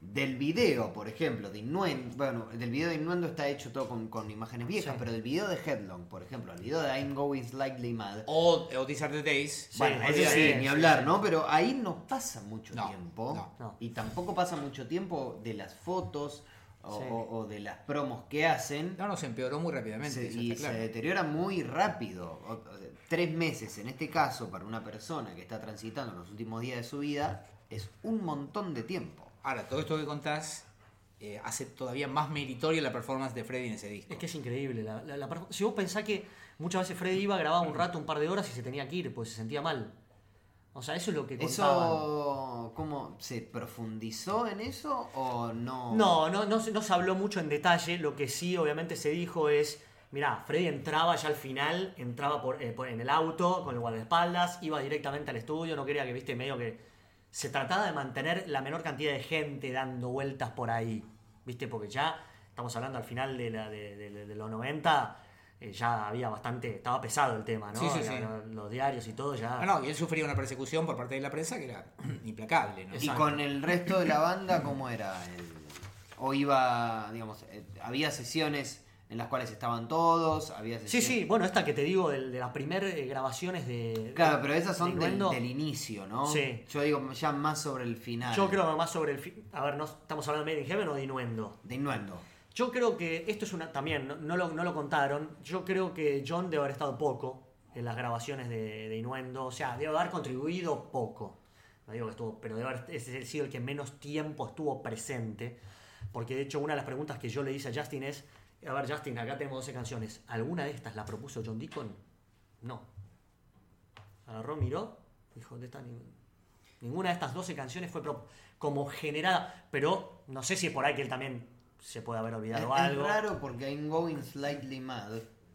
C: Del video, por ejemplo, de Innuendo, bueno, del video de Innuendo está hecho todo con imágenes viejas,
D: Sí.
C: pero del video de Headlong, por ejemplo, el video de I'm Going Slightly Mad,
B: O These Are the Days.
C: bueno, ese
D: olvídate,
C: sí, ni
D: sí,
C: hablar,
D: sí.
C: ¿no? Pero ahí no pasa mucho
B: No,
C: tiempo,
D: no.
C: y tampoco pasa mucho tiempo de las fotos o,
D: Sí.
C: o de las promos que hacen,
B: No, se empeoró muy rápidamente. eso
C: y
B: está claro.
C: se deteriora muy rápido. 3 meses, en este caso, para una persona que está transitando los últimos días de su vida, es un montón de tiempo.
B: Ahora, todo esto que contás hace todavía más meritoria la performance de Freddie en ese disco.
D: Es que es increíble. Si vos pensás que muchas veces Freddy iba, grababa un rato, un par de horas y se tenía que ir, pues se sentía mal. O sea, eso es lo que contaban.
C: ¿Eso cómo se profundizó en eso o no?
D: No se habló mucho en detalle. Lo que sí, obviamente, se dijo es: mirá, Freddy entraba ya al final, entraba en el auto con el guardaespaldas, iba directamente al estudio, no quería que, viste, medio que se trataba de mantener la menor cantidad de gente dando vueltas por ahí, viste, porque ya estamos hablando al final de los 90. Ya había bastante, estaba pesado el tema, ¿no?
B: Sí.
D: Los diarios y todo ya.
B: No, y él sufría una persecución por parte de la prensa que era implacable, ¿no?
C: ¿Y
D: Exacto.
C: con el resto de la banda cómo era? ¿O iba, digamos, había sesiones en las cuales estaban todos? Había sesiones...
D: Sí, bueno, esta que te digo de las primeras grabaciones de...
C: Claro, pero esas son
D: de Innuendo.
C: del inicio, ¿no?
D: Sí.
C: Yo digo ya más sobre el final.
D: Yo creo más sobre el... A ver, ¿no estamos hablando de Made in Heaven o de Innuendo?
C: De Innuendo.
D: Yo creo que esto es una... También, no lo contaron. Yo creo que John debe haber estado poco en las grabaciones de Innuendo. O sea, debe haber contribuido poco. No digo que estuvo... Pero debe haber sido el que menos tiempo estuvo presente. Porque de hecho una de las preguntas que yo le hice a Justin es... A ver, Justin, acá tenemos 12 canciones. ¿Alguna de estas la propuso John Deacon? No. Agarró, miró, dijo, ninguna de estas 12 canciones fue como generada. Pero no sé si es por ahí que él también se puede haber olvidado algo.
C: Es raro porque I'm Going Slightly Mad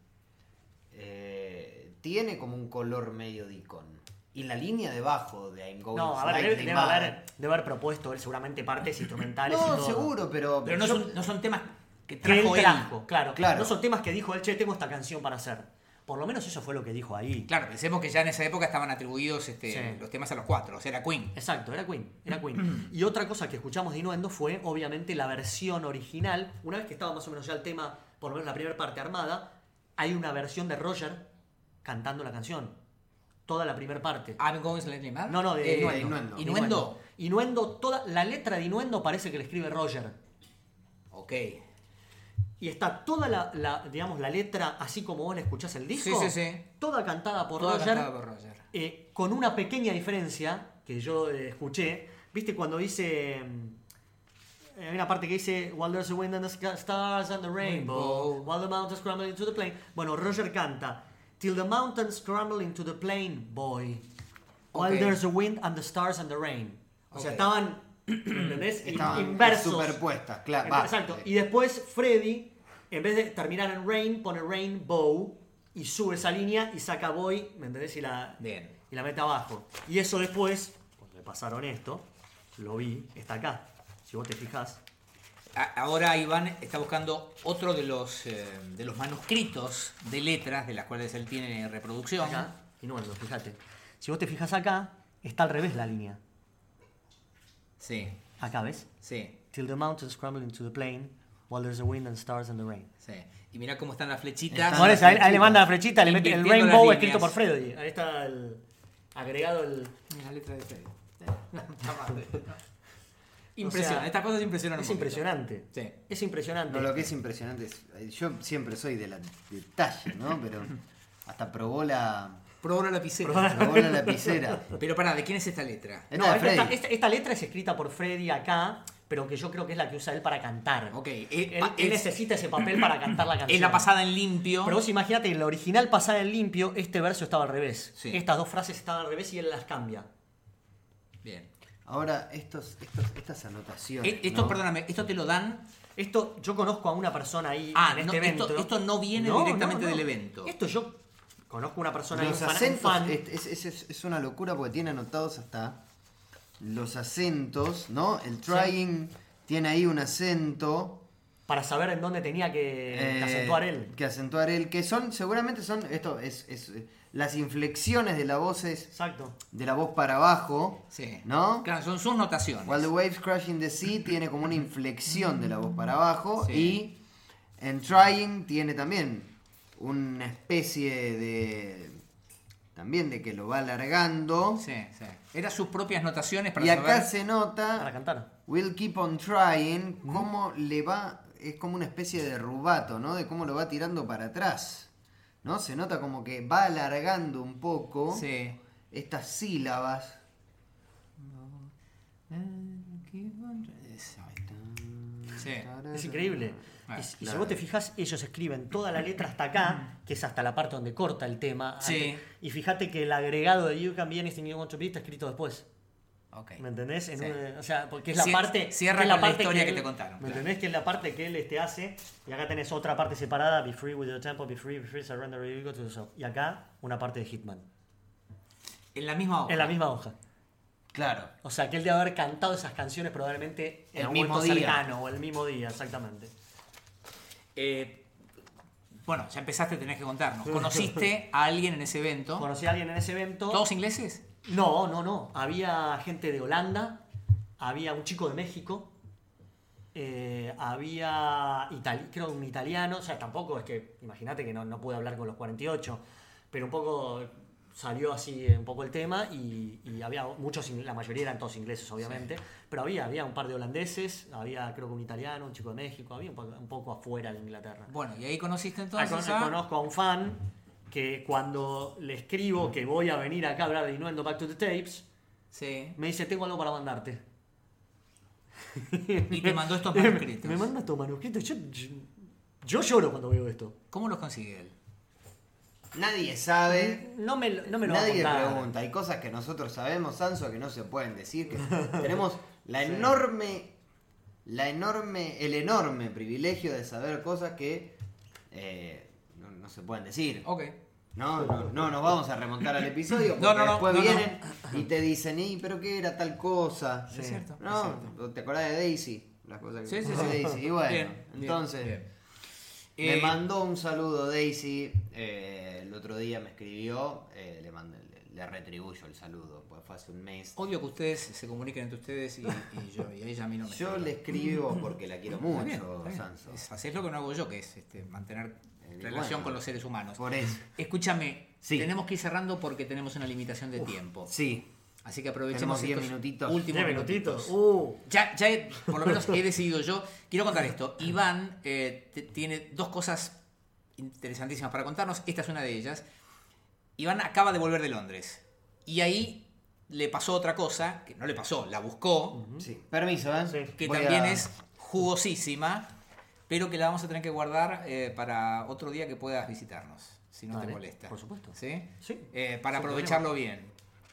C: tiene como un color medio Deacon. Y la línea de bajo de I'm Going
D: No, a ver,
C: Slightly
D: debe
C: Mad...
D: haber propuesto él seguramente partes instrumentales y
C: No,
D: todo.
C: seguro, pero...
B: Pero no son temas que
D: Que él
B: trajo él.
D: trajo, claro.
C: Claro.
D: No son temas que dijo él, che, tengo esta canción para hacer. Por lo menos eso fue lo que dijo ahí.
B: Claro, pensemos que ya en esa época estaban atribuidos
D: Sí.
B: los temas a los 4, o sea, era Queen.
D: Exacto, era Queen. Y otra cosa que escuchamos de Innuendo fue, obviamente, la versión original. Una vez que estaba más o menos ya el tema, por lo menos la primera parte armada, hay una versión de Roger cantando la canción. Toda la primera parte.
B: I'm Going Slightly Mad.
D: No, de
C: Innuendo.
B: Innuendo.
D: Innuendo, toda la letra de Innuendo parece que le escribe Roger.
B: Ok.
D: Y está toda digamos, la letra, así como vos le escuchás el disco,
B: Sí.
D: toda cantada por
B: Toda
D: Roger.
B: cantada por Roger.
D: Con una pequeña diferencia que yo escuché. ¿Viste cuando dice... hay una parte que dice While there's a wind and the stars and the rainbow, while the mountains crumble into the plain. Bueno, Roger canta Till the mountains crumble into the plain, boy, while
B: Ok.
D: there's a wind and the stars and the rain. O sea,
B: Ok.
D: estaban, ¿entendés?
C: Estaban
D: Inversos.
C: superpuestas, claro. Va.
D: Exacto. Y después Freddy, en vez de terminar en rain, pone rainbow y sube esa línea y saca boy, ¿me entendés?
B: Bien.
D: Y la mete abajo. Y eso después, cuando le pasaron esto, lo vi, está acá. Si vos te fijás.
B: Ahora Iván está buscando otro de los manuscritos de letras de las cuales él tiene reproducción.
D: Acá. Innuendo, fíjate. Si vos te fijas acá, está al revés la línea.
B: Sí,
D: Acá, ¿ves?
B: sí,
D: Till the mountains crumble into the plain, while there's a wind and stars and the rain.
B: sí. Y mirá cómo están las flechitas.
C: Están
D: Por eso,
C: las
D: ahí le manda la flechita, le mete el
B: Invirtiendo
D: rainbow
B: las
D: escrito
B: líneas.
D: por Freddy. Ahí está agregado el...
B: La letra de Freddy. Impresionante.
D: O sea,
B: Estas cosas impresionan un
D: Es
B: poquito.
D: impresionante.
B: Sí.
D: Es impresionante.
C: No, lo que es impresionante es... Yo siempre soy de detalle, ¿no? Pero hasta probó la
B: lapicera.
C: lapicera.
B: Pero pará, ¿de quién es esta letra?
C: Esta
D: No,
C: de
D: esta,
C: Freddy.
D: esta letra es escrita por Freddy acá, pero que yo creo que es la que usa él para cantar.
B: Ok.
D: Él necesita ese papel para cantar la canción.
B: Es la pasada en limpio.
D: Pero vos imagínate que en la original pasada en limpio, este verso estaba al revés.
B: Sí.
D: Estas dos frases estaban al revés y él las cambia.
B: Bien.
C: Ahora, estas anotaciones,
B: Esto,
C: ¿no?
B: perdóname, esto te lo dan.
D: Esto, yo conozco a una persona ahí
B: Ah,
D: en
B: no,
D: este evento.
B: esto no viene directamente del evento.
D: Esto yo conozco a una persona ahí,
C: Los
D: un
C: acentos,
D: fan.
C: es una locura porque tiene anotados hasta los acentos, ¿no? El trying tiene ahí un acento.
D: para saber en dónde tenía que acentuar él.
C: Que acentuar él, que seguramente son, esto es las inflexiones de la voz
D: Exacto.
C: De la voz para abajo,
B: Sí.
C: ¿no?
B: Claro, son sus notaciones.
C: While the waves crashing the sea tiene como una inflexión de la voz para abajo,
B: Sí.
C: y en Trying tiene también una especie de... también de que lo va alargando.
B: Sí, sí. Eran sus propias notaciones para
C: Y acá
B: saber...
C: se nota,
D: Para cantar.
C: We'll keep on trying, cómo le va, es como una especie de rubato, ¿no? De cómo lo va tirando para atrás, ¿no? Se nota como que va alargando un poco
B: Sí.
C: estas sílabas.
B: Sí.
D: Es increíble. Y si
C: claro.
D: vos te fijas, ellos escriben toda la letra hasta acá, que es hasta la parte donde corta el tema.
B: Sí.
D: Y fíjate que el agregado de You Can Be Anything You Want to Be está escrito después.
B: Ok.
D: ¿Me entendés?
B: Sí.
D: O sea, porque es la parte...
B: Cierra
D: que es
B: con la
D: parte
B: historia que
D: él-
B: te contaron.
D: ¿Me
B: Claro.
D: entendés? Que es la parte que él hace. Y acá tenés otra parte separada. Be free with your tempo, be free, surrender your ego to yourself. Y acá una parte de Hitman.
B: En la misma hoja.
D: En la misma hoja.
C: Claro.
D: O sea, que él debe haber cantado esas canciones probablemente en
C: El
D: un
C: mismo
D: momento
C: día.
D: cercano o el mismo día, exactamente.
B: Bueno, ya empezaste, tenés que contarnos. ¿Conociste a alguien en ese evento?
D: Conocí a alguien en ese evento.
B: ¿Todos ingleses?
D: No. Había gente de Holanda, había un chico de México, había creo un italiano, o sea, tampoco es que, imagínate que no pude hablar con los 48, pero un poco salió así un poco el tema y había muchos, la mayoría eran todos ingleses obviamente, pero había un par de holandeses, había creo que un italiano, un chico de México, había un poco afuera de Inglaterra.
B: Bueno, y ahí conociste entonces
D: Conozco a un fan que cuando le escribo que voy a venir acá a hablar de Innuendo Back to the Tapes,
B: Sí.
D: me dice, tengo algo para mandarte.
B: Y te mandó estos manuscritos.
D: Me manda estos manuscritos. Yo lloro cuando veo esto.
B: ¿Cómo los consigue él?
C: Nadie sabe.
D: No me lo va a
C: Nadie
D: contar.
C: pregunta. Hay cosas que nosotros sabemos, Sanso, que no se pueden decir. Que tenemos el enorme privilegio de saber cosas que no se pueden decir.
B: Ok.
C: No nos vamos a remontar al episodio porque
B: No,
C: después
B: no.
C: vienen y te dicen, ¿pero qué era tal cosa?
B: Es cierto.
C: No,
B: es cierto.
C: ¿te acordás de Daisy? Las cosas que
B: Sí, sí,
C: dice
B: sí.
C: Daisy. Y bueno,
B: Bien,
C: entonces
B: bien.
C: me mandó un saludo Daisy. El otro día me escribió, le retribuyo el saludo, pues fue hace un mes.
B: Odio que ustedes se comuniquen entre ustedes y yo, y a ella a mí no me
C: Yo
B: escribe.
C: le escribo porque la quiero
B: Está
C: mucho,
B: bien, está bien.
C: Sanso.
B: Hacés lo que no hago yo, que es mantener relación
C: bueno,
B: con los seres humanos.
C: Por eso.
B: Escúchame,
C: Sí.
B: tenemos que ir cerrando porque tenemos una limitación de tiempo.
C: Sí.
B: Así que aprovechemos
C: Tenemos 10
B: estos
C: minutitos.
B: últimos
D: 10 minutitos.
B: Ya por lo menos he decidido yo. Quiero contar esto. Iván tiene dos cosas interesantísimas para contarnos. Esta es una de ellas. Iván acaba de volver de Londres. Y ahí le pasó otra cosa, que no le pasó, la buscó,
C: Sí. Permiso, ¿eh?
D: Sí.
B: que
C: Voy
B: también
C: a-
B: es jugosísima, pero que la vamos a tener que guardar para otro día que puedas visitarnos, si no
D: Dale,
B: te molesta.
D: por supuesto.
B: ¿Sí?
D: Sí.
B: Para
D: Sin
B: aprovecharlo bien.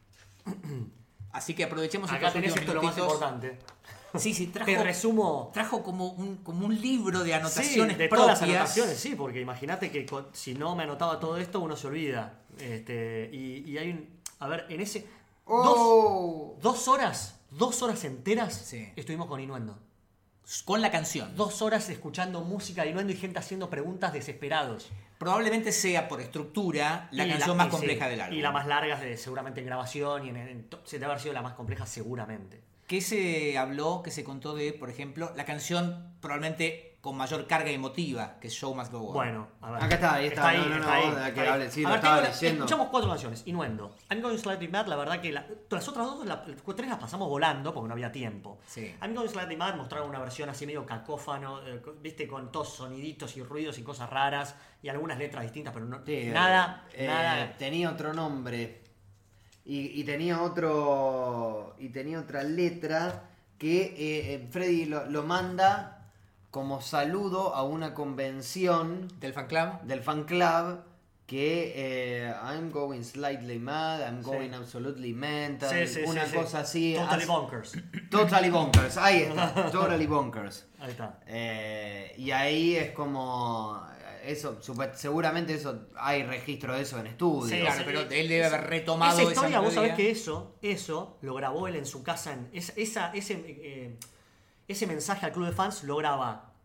B: Así que aprovechemos
D: Acá
B: estos
D: tenés
B: últimos
D: esto lo más
B: minutitos.
D: importante.
B: Sí,
D: Te resumo.
B: trajo como un libro de anotaciones
D: Sí, de
B: propias.
D: todas las anotaciones, sí, porque imagínate que si no me anotaba todo esto, uno se olvida. Y hay un... A ver, en ese...
C: ¡Oh!
D: 2 horas enteras
B: Sí.
D: estuvimos con Innuendo.
B: Con la canción.
D: 2 horas escuchando música de Innuendo y gente haciendo preguntas desesperados.
B: Probablemente sea por estructura la
D: Y
B: canción más
D: y
B: compleja
D: sí,
B: del álbum.
D: Y la más larga, seguramente en grabación, y se debe haber sido la más compleja seguramente.
B: ¿Qué se habló, qué se contó de, por ejemplo, la canción probablemente con mayor carga emotiva, que es Show Must Go On?
D: Bueno, a ver.
C: Acá está, ahí está. No,
D: está ahí,
C: que
D: está ahí.
C: hable, sí,
D: A
C: lo
D: ver,
C: estaba
D: tengo
C: leyendo.
D: escuchamos 4 canciones. Innuendo. I'm Going Slightly Mad, la verdad que las otras dos, las 3 las pasamos volando porque no había tiempo.
B: Sí.
D: I'm Going Slightly Mad mostraron una versión así medio cacófano, viste, con todos soniditos y ruidos y cosas raras y algunas letras distintas, pero no,
C: Sí,
D: nada.
C: Tenía otro nombre y tenía otra letra que Freddy lo manda como saludo a una convención
B: ¿Del fan club?
C: del fan club que I'm going slightly mad, I'm
D: Sí.
C: going absolutely mental,
D: Sí,
C: una
D: sí.
C: cosa así.
D: Totally bonkers.
C: Totally bonkers, ahí está, totally bonkers.
D: Ahí está.
C: Y ahí es como eso, seguramente eso hay registro de eso en estudio.
D: Sí,
B: Claro,
D: o sea,
B: pero él debe haber retomado
D: esa historia, vos sabés
B: melodía.
D: que eso lo grabó él en su casa. Ese mensaje al club de fans lo graba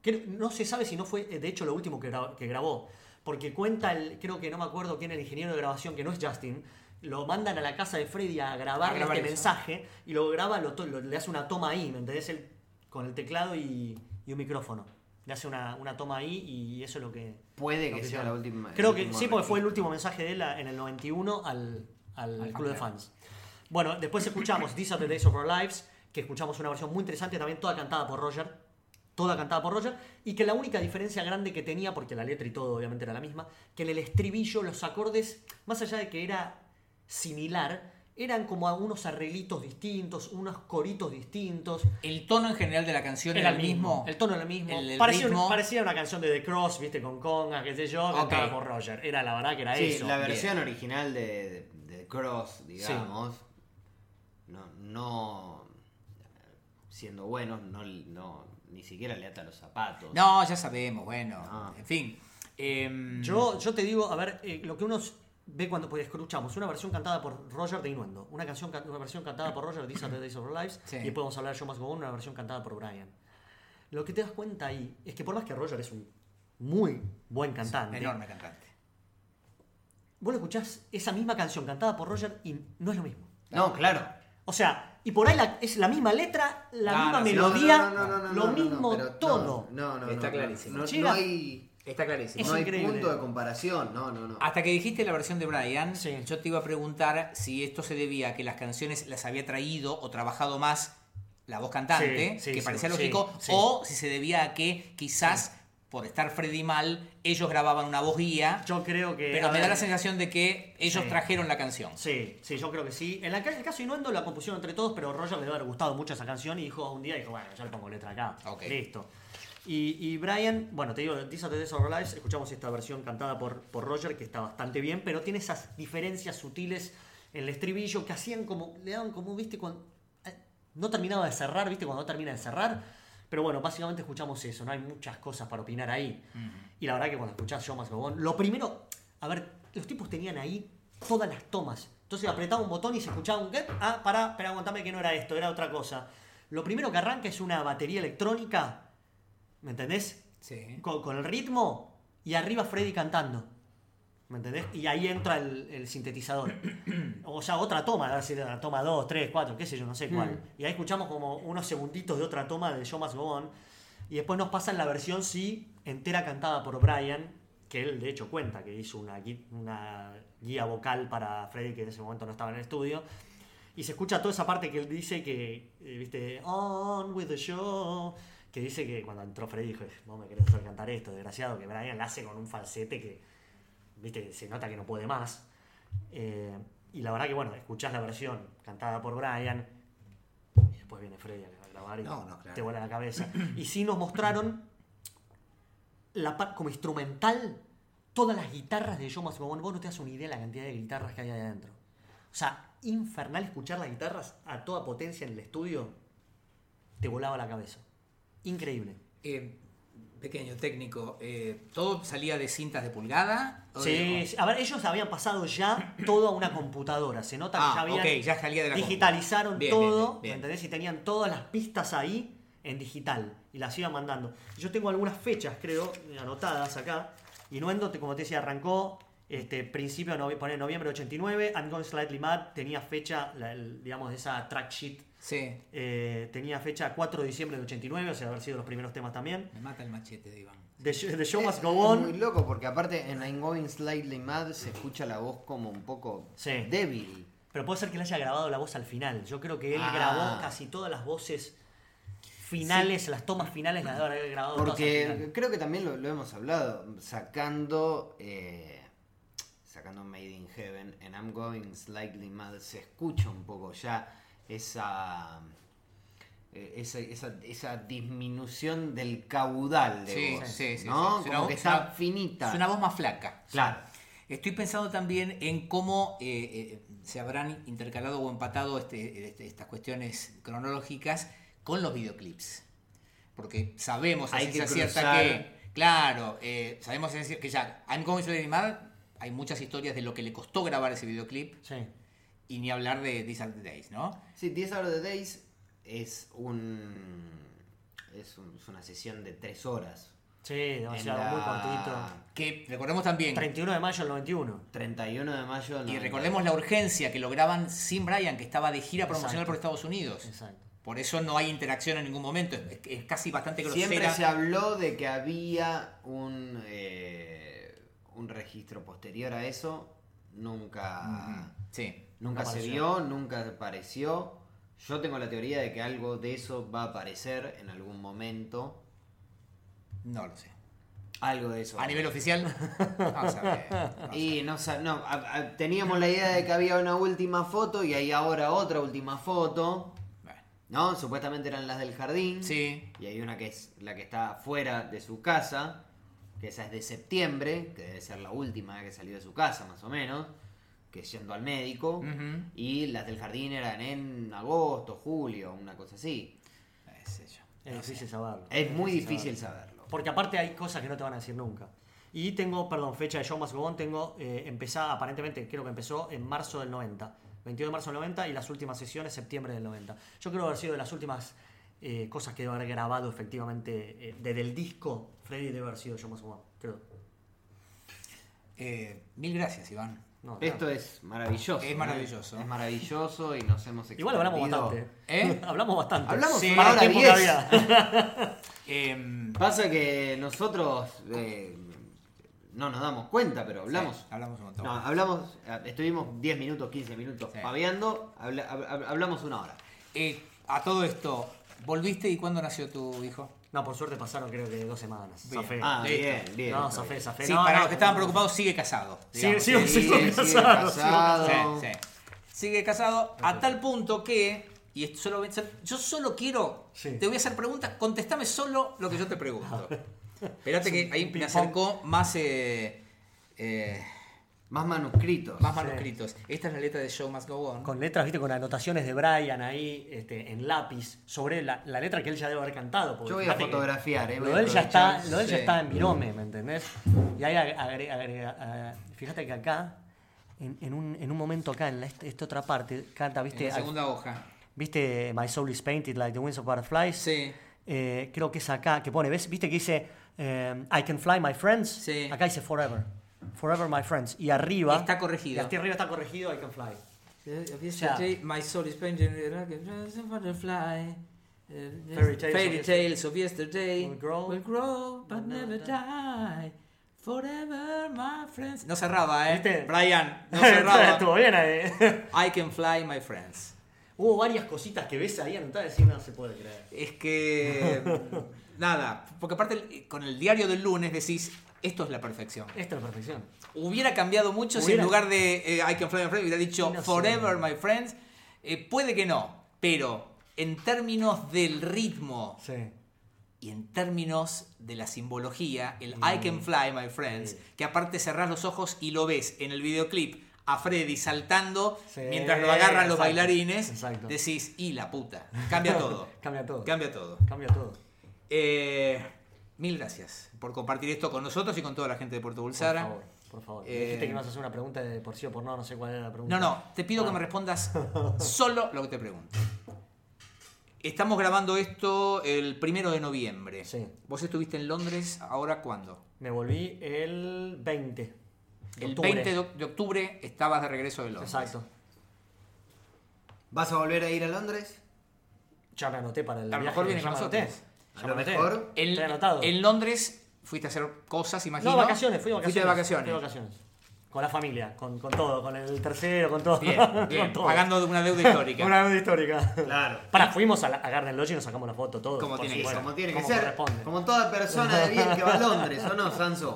D: no se sabe si no fue, de hecho, lo último que grabó. Porque cuenta, creo que no me acuerdo quién es el ingeniero de grabación, que no es Justin. Lo mandan a la casa de Freddy a grabar este mensaje y lo graba, le hace una toma ahí, ¿me entendés? Él, con el teclado y un micrófono. Le hace una toma ahí y eso es lo que...
C: Puede que sea la última.
D: Creo que sí, porque fue el último mensaje de él en el 91 al club de fans. Bueno, después escuchamos These Are the Days of Our Lives, que escuchamos una versión muy interesante, también toda cantada por Roger. Y que la única diferencia grande que tenía, porque la letra y todo obviamente era la misma, que en el estribillo los acordes, más allá de que era similar, eran como unos arreglitos distintos, unos coritos distintos.
B: ¿El tono en general de la canción era el mismo?
D: El tono era el mismo.
B: El
D: parecía una canción de The Cross, viste, con congas, qué sé yo, cantada por Roger. Era la verdad que era eso.
C: Sí, la versión original de The Cross, digamos, no siendo buenos, no ni siquiera le ata los zapatos.
B: No, ya sabemos, bueno, en fin.
D: Yo te digo, a ver, lo que uno ve cuando escuchamos una versión cantada por Roger de Innuendo, una versión cantada por Roger de These Are the Days of Our Lives, y después vamos a hablar de Show Must Go On, una versión cantada por Brian. Lo que te das cuenta ahí es que por más que Roger es un muy buen cantante,
B: enorme cantante,
D: vos lo escuchás esa misma canción cantada por Roger y no es lo mismo.
C: No, claro.
D: O sea, y por ahí es la misma letra, misma melodía, lo mismo tono.
C: No.
B: Está clarísimo.
C: No hay...
B: Está clarísimo.
C: No hay
D: increíble.
C: punto de comparación, no.
B: Hasta que dijiste la versión de Brian,
D: sí.
B: Yo te iba a preguntar si esto se debía a que las canciones las había traído o trabajado más la voz cantante, que parecía lógico, o si se debía a que quizás por estar Freddy mal, ellos grababan una voz guía.
D: Yo creo que...
B: Pero me da la sensación de que ellos trajeron la canción.
D: Sí, yo creo que sí. En el caso de Innuendo la compusieron entre todos, pero Roger le debe haber gustado mucho esa canción y un día dijo, bueno, ya le pongo letra acá.
B: Okay.
D: Listo. Y Brian, bueno, te digo, These Are the Days of Our Lives, escuchamos esta versión cantada por Roger, que está bastante bien, pero tiene esas diferencias sutiles en el estribillo que le daban como, viste, cuando no terminaba de cerrar, viste, cuando no termina de cerrar. Pero bueno, básicamente escuchamos eso, no hay muchas cosas para opinar ahí. Y la verdad que cuando escuchás Show Must Go On, lo primero, a ver, los tipos tenían ahí todas las tomas. Entonces apretaba un botón y se escuchaba un ¿qué? Pará, aguantame que no era esto, era otra cosa. Lo primero que arranca es una batería electrónica, ¿me entendés?
B: Sí.
D: Con el ritmo y arriba Freddy cantando. ¿Me entendés? Y ahí entra el sintetizador. O sea, otra toma, a ver si era la toma 2, 3, 4, qué sé yo, no sé cuál. Y ahí escuchamos como unos segunditos de otra toma de Show Must Go On. Y después nos pasan la versión entera cantada por Brian, que él de hecho cuenta que hizo una guía vocal para Freddy, que en ese momento no estaba en el estudio. Y se escucha toda esa parte que él dice que, viste, on with the show, que dice que cuando entró Freddy dijo, vos me querés hacer cantar esto, desgraciado, que Brian la hace con un falsete que, viste, se nota que no puede más. Y la verdad que, bueno, escuchás la versión cantada por Brian y después viene Freddy a grabar y
B: claro.
D: te vuela la cabeza. Y sí nos mostraron como instrumental todas las guitarras de Show Must Go On. Vos no te das una idea de la cantidad de guitarras que hay ahí adentro. O sea, infernal escuchar las guitarras a toda potencia en el estudio. Te volaba la cabeza. Increíble.
B: Pequeño técnico, ¿todo salía de cintas de pulgada?
D: Sí, a ver, ellos habían pasado ya todo a una computadora. Se nota que ya habían
B: ya salía de la
D: digitalizaron todo,
B: bien.
D: ¿entendés? Y tenían todas las pistas ahí en digital y las iban mandando. Yo tengo algunas fechas, creo, anotadas acá. Innuendo, como te decía, arrancó principio de noviembre de 89. I'm Going Slightly Mad tenía fecha, digamos, esa track sheet.
B: Sí.
D: Tenía fecha 4 de diciembre de 89, o sea, haber sido los primeros temas también.
B: Me mata el machete de Iván.
D: The Show Must Go On.
C: Es muy loco porque aparte en I'm Going Slightly Mad se escucha la voz como un poco débil.
D: Pero puede ser que le haya grabado la voz al final. Yo creo que él grabó casi todas las voces finales, las tomas finales las debe haber grabado todas al final.
C: Porque creo que también lo hemos hablado, sacando Made in Heaven, en I'm Going Slightly Mad se escucha un poco ya esa disminución del caudal de voz, ¿no?
B: Sí.
C: Como que está finita.
B: Es una voz más flaca.
C: Claro.
B: Estoy pensando también en cómo se habrán intercalado o empatado estas cuestiones cronológicas con los videoclips. Porque sabemos a ciencia cierta que... Claro, sabemos que ya I'm Going Slightly Mad hay muchas historias de lo que le costó grabar ese videoclip.
D: Sí.
B: Y ni hablar de These Are the Days, ¿no?
C: Sí, These Are the Days es un es una sesión de 3 horas.
D: Sí, demasiado, muy cortito.
B: Que recordemos también.
D: 31 de mayo del 91.
C: 31 de mayo del 91.
B: Y recordemos la urgencia que lo graban sin Brian, que estaba de gira promocional por Estados Unidos.
D: Exacto.
B: Por eso no hay interacción en ningún momento. Es casi bastante grosera.
C: Siempre se habló de que había un registro posterior a eso. Nunca, nunca se vio, nunca apareció. Yo tengo la teoría de que algo de eso va a aparecer en algún momento.
B: No lo sé.
C: Algo de eso.
B: ¿A nivel oficial? Vamos a ver.
C: Y teníamos la idea de que había una última foto y hay ahora otra última foto.
B: Bueno.
C: ¿No? Supuestamente eran las del jardín.
B: Sí.
C: Y hay una que es la que está fuera de su casa, que esa es de septiembre, que debe ser la última que salió de su casa, más o menos, que es yendo al médico.
B: Uh-huh.
C: Y las del jardín eran en agosto, julio, una cosa así.
D: Es difícil saberlo.
C: Es muy difícil saberlo.
D: Porque aparte hay cosas que no te van a decir nunca. Y tengo, fecha de Show Must Go On, aparentemente creo que empezó en marzo del 90. 22 de marzo del 90 y las últimas sesiones septiembre del 90. Yo creo haber sido de las últimas cosas que debe haber grabado efectivamente desde el disco. Freddy debe haber sido Show Must Go On, creo.
B: Mil gracias, Iván.
C: No, esto es maravilloso.
B: Es maravilloso.
C: Es maravilloso y nos hemos extendido.
D: Igual hablamos bastante. Hablamos bastante.
C: Hablamos
B: sí,
C: una hora
D: tiempo
C: 10.
D: que había.
C: Pasa que nosotros no nos damos cuenta, pero hablamos.
B: Sí, hablamos un montón.
C: No, estuvimos 10 minutos, 15 minutos paveando, hablamos una hora.
B: A todo esto, ¿volviste y cuándo nació tu hijo?
D: No, por suerte pasaron creo que 2 semanas.
B: Bien.
D: Zafé.
C: Bien.
D: No, zafé.
B: Sí,
D: No,
B: para
D: no,
B: los que estaban preocupados, sigue casado.
D: Sigue
C: sigue casado.
B: Sí. Sigue casado a tal punto que, y esto yo solo quiero, te voy a hacer preguntas, contestame solo lo que yo te pregunto. Espérate que ahí me acercó más
C: manuscritos.
B: Más manuscritos. Esta es la letra de Show Must Go On.
D: Con letras, viste, con anotaciones de Brian ahí en lápiz sobre la letra que él ya debe haber cantado.
C: Yo voy a fotografiar,
D: Lo de él ya está en virome, ¿me entendés? Y ahí agrega, fíjate que acá, en un momento acá, en esta otra parte, canta, viste.
B: En la segunda hoja.
D: ¿Viste My Soul is Painted Like the Wings of Butterflies?
B: Sí.
D: Creo que es acá, que pone, ¿viste que dice I can fly my friends?
B: Sí.
D: Acá dice forever. Forever my friends. Y arriba...
B: Está corregido.
D: Y arriba está corregido I can fly.
B: My soul is painted like a butterfly.
D: Fairy
B: tales of yesterday
D: will grow,
B: but never die. Forever my friends. No cerraba,
D: ¿Viste?
B: Brian, no cerraba.
D: Estuvo bien ahí.
B: I can fly my friends.
D: Hubo varias cositas que ves ahí anotadas y no se puede creer.
B: Es que... nada, porque aparte con el diario del lunes decís, esto es la perfección.
D: Esto es la perfección.
B: Hubiera cambiado mucho si en lugar de I can fly my friends hubiera dicho
D: no
B: Forever
D: sé.
B: my friends. Puede que no, pero en términos del ritmo y en términos de la simbología, el I can fly my friends, que aparte cerrás los ojos y lo ves en el videoclip a Freddy saltando mientras lo agarran los bailarines, decís, y la puta, cambia todo.
D: Cambia todo.
B: Cambia todo.
D: Cambia todo.
B: Mil gracias por compartir esto con nosotros y con toda la gente de Puerto Bulsara.
D: Por favor. Dijiste que me ibas a hacer una pregunta de por sí o por no sé cuál era la pregunta.
B: No, te pido que me respondas solo lo que te pregunto. Estamos grabando esto el 1 de noviembre.
D: Sí.
B: ¿Vos estuviste en Londres ahora cuándo?
D: Me volví el 20.
B: El 20 de octubre estabas de regreso de Londres.
D: Exacto.
C: ¿Vas a volver a ir a Londres?
D: Ya me anoté para el
B: A lo
D: viaje.
B: mejor vienes
D: ya
B: con
D: me
B: nosotros.
D: anoté.
C: A lo mejor.
D: Estoy anotado.
B: En Londres fuiste a hacer cosas, imagino.
D: No, vacaciones, fui de vacaciones.
B: Fuiste de vacaciones.
D: Fui de vacaciones. Con la familia, con todo, con el tercero, con todo.
B: Bien,
D: con todo.
B: pagando una deuda histórica.
D: Una deuda histórica.
C: Claro.
D: Fuimos a Garden Lodge y nos sacamos la foto, todo.
B: Como tiene que ser.
C: Como tiene que
D: como
C: ser.
D: corresponde.
C: Como toda persona de bien que va a Londres, ¿o no, Sanso?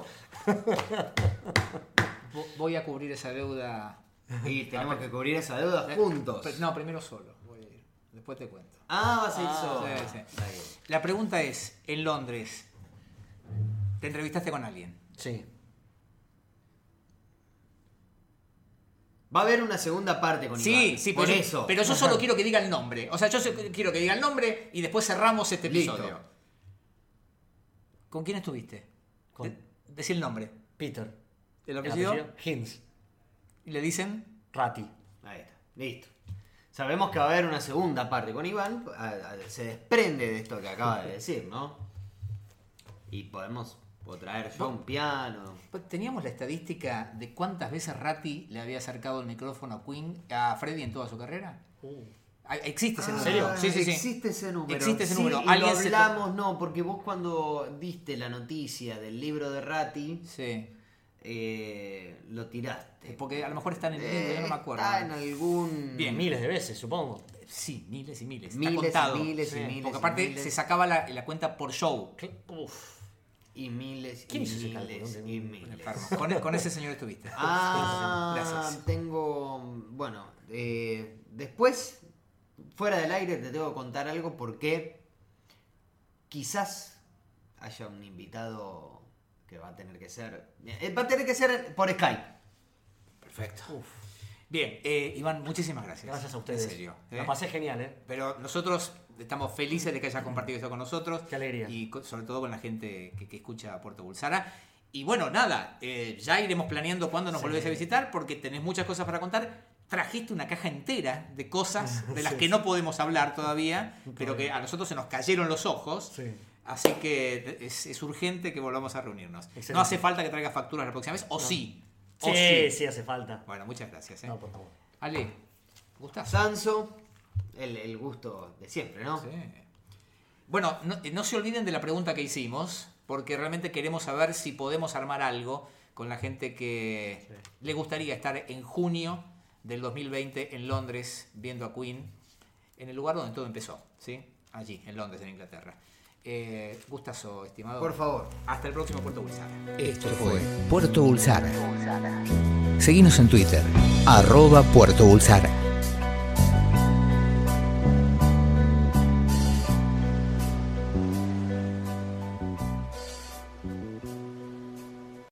B: Voy a cubrir esa deuda.
C: Y tenemos que cubrir esa deuda juntos.
B: No, primero solo. Voy a ir. Después te cuento.
C: Vas a ir solo.
B: Sí.
C: Está bien.
B: La pregunta es, en Londres, ¿te entrevistaste con alguien?
D: Sí.
C: Va a haber una segunda parte con Iván.
B: Sí,
C: por eso.
B: Pero yo solo quiero que diga el nombre. O sea, quiero que diga el nombre y después cerramos este episodio.
C: Listo.
B: ¿Con quién estuviste?
D: Con
B: Decí el nombre.
D: Peter.
B: ¿El apellido?
D: Hinz.
B: ¿Y le dicen?
D: Ratti.
C: Ahí está. Listo. Sabemos que va a haber una segunda parte con Iván. Se desprende de esto que acaba de decir, ¿no? Y puedo traer yo un piano.
B: Teníamos la estadística de cuántas veces Ratti le había acercado el micrófono a Freddie en toda su carrera. ¿Existe ese número?
D: ¿En serio?
B: Sí.
C: Existe ese número.
B: Existe ese
C: sí,
B: número.
C: Y lo hablamos, no, porque vos cuando diste la noticia del libro de Ratti,
B: Sí.
C: Lo tiraste.
B: Porque a lo mejor está en el libro, yo no me acuerdo.
C: Está en algún...
B: Bien.
D: Miles de veces, supongo.
B: Sí, miles y miles.
C: Miles
B: Está contado.
C: y miles
B: Sí.
C: y miles.
B: Porque aparte
C: y miles.
B: se sacaba la cuenta por show.
D: Uf.
C: Y miles
D: ¿Quién
C: y
D: hizo ese
C: miles
D: cálculo?
C: y miles.
B: Enfermo. Con ese señor estuviste. Gracias.
C: Tengo... Bueno, después, fuera del aire, te tengo que contar algo porque quizás haya un invitado que va a tener que ser... Va a tener que ser por Skype.
B: Perfecto. Bien, Iván, muchísimas gracias.
D: Gracias a ustedes.
B: En serio.
D: La pasé genial,
B: Pero nosotros estamos felices de que haya compartido esto con nosotros.
D: Qué alegría.
B: Y sobre todo con la gente que escucha Puerto Bulsara. Y bueno, nada, ya iremos planeando cuándo nos volvés a visitar porque tenés muchas cosas para contar. Trajiste una caja entera de cosas de las que no podemos hablar todavía, pero que a nosotros se nos cayeron los ojos.
D: Sí.
B: Así que es urgente que volvamos a reunirnos.
D: Excelente.
B: No hace falta que traigas facturas la próxima vez, o sí. O
D: Sí, hace falta.
B: Bueno, muchas gracias.
D: No, por favor.
B: Ale, ¿gustas?
C: Sanso, el gusto de siempre, ¿no?
B: Sí. Bueno, no se olviden de la pregunta que hicimos, porque realmente queremos saber si podemos armar algo con la gente que le gustaría estar en junio del 2020 en Londres viendo a Queen, en el lugar donde todo empezó, ¿sí? Allí, en Londres, en Inglaterra. Gustazo, estimado.
C: Por favor.
B: Hasta el próximo Puerto Bulsara.
A: Esto fue Puerto Bulsara. Seguinos en Twitter, @Puerto Bulsara.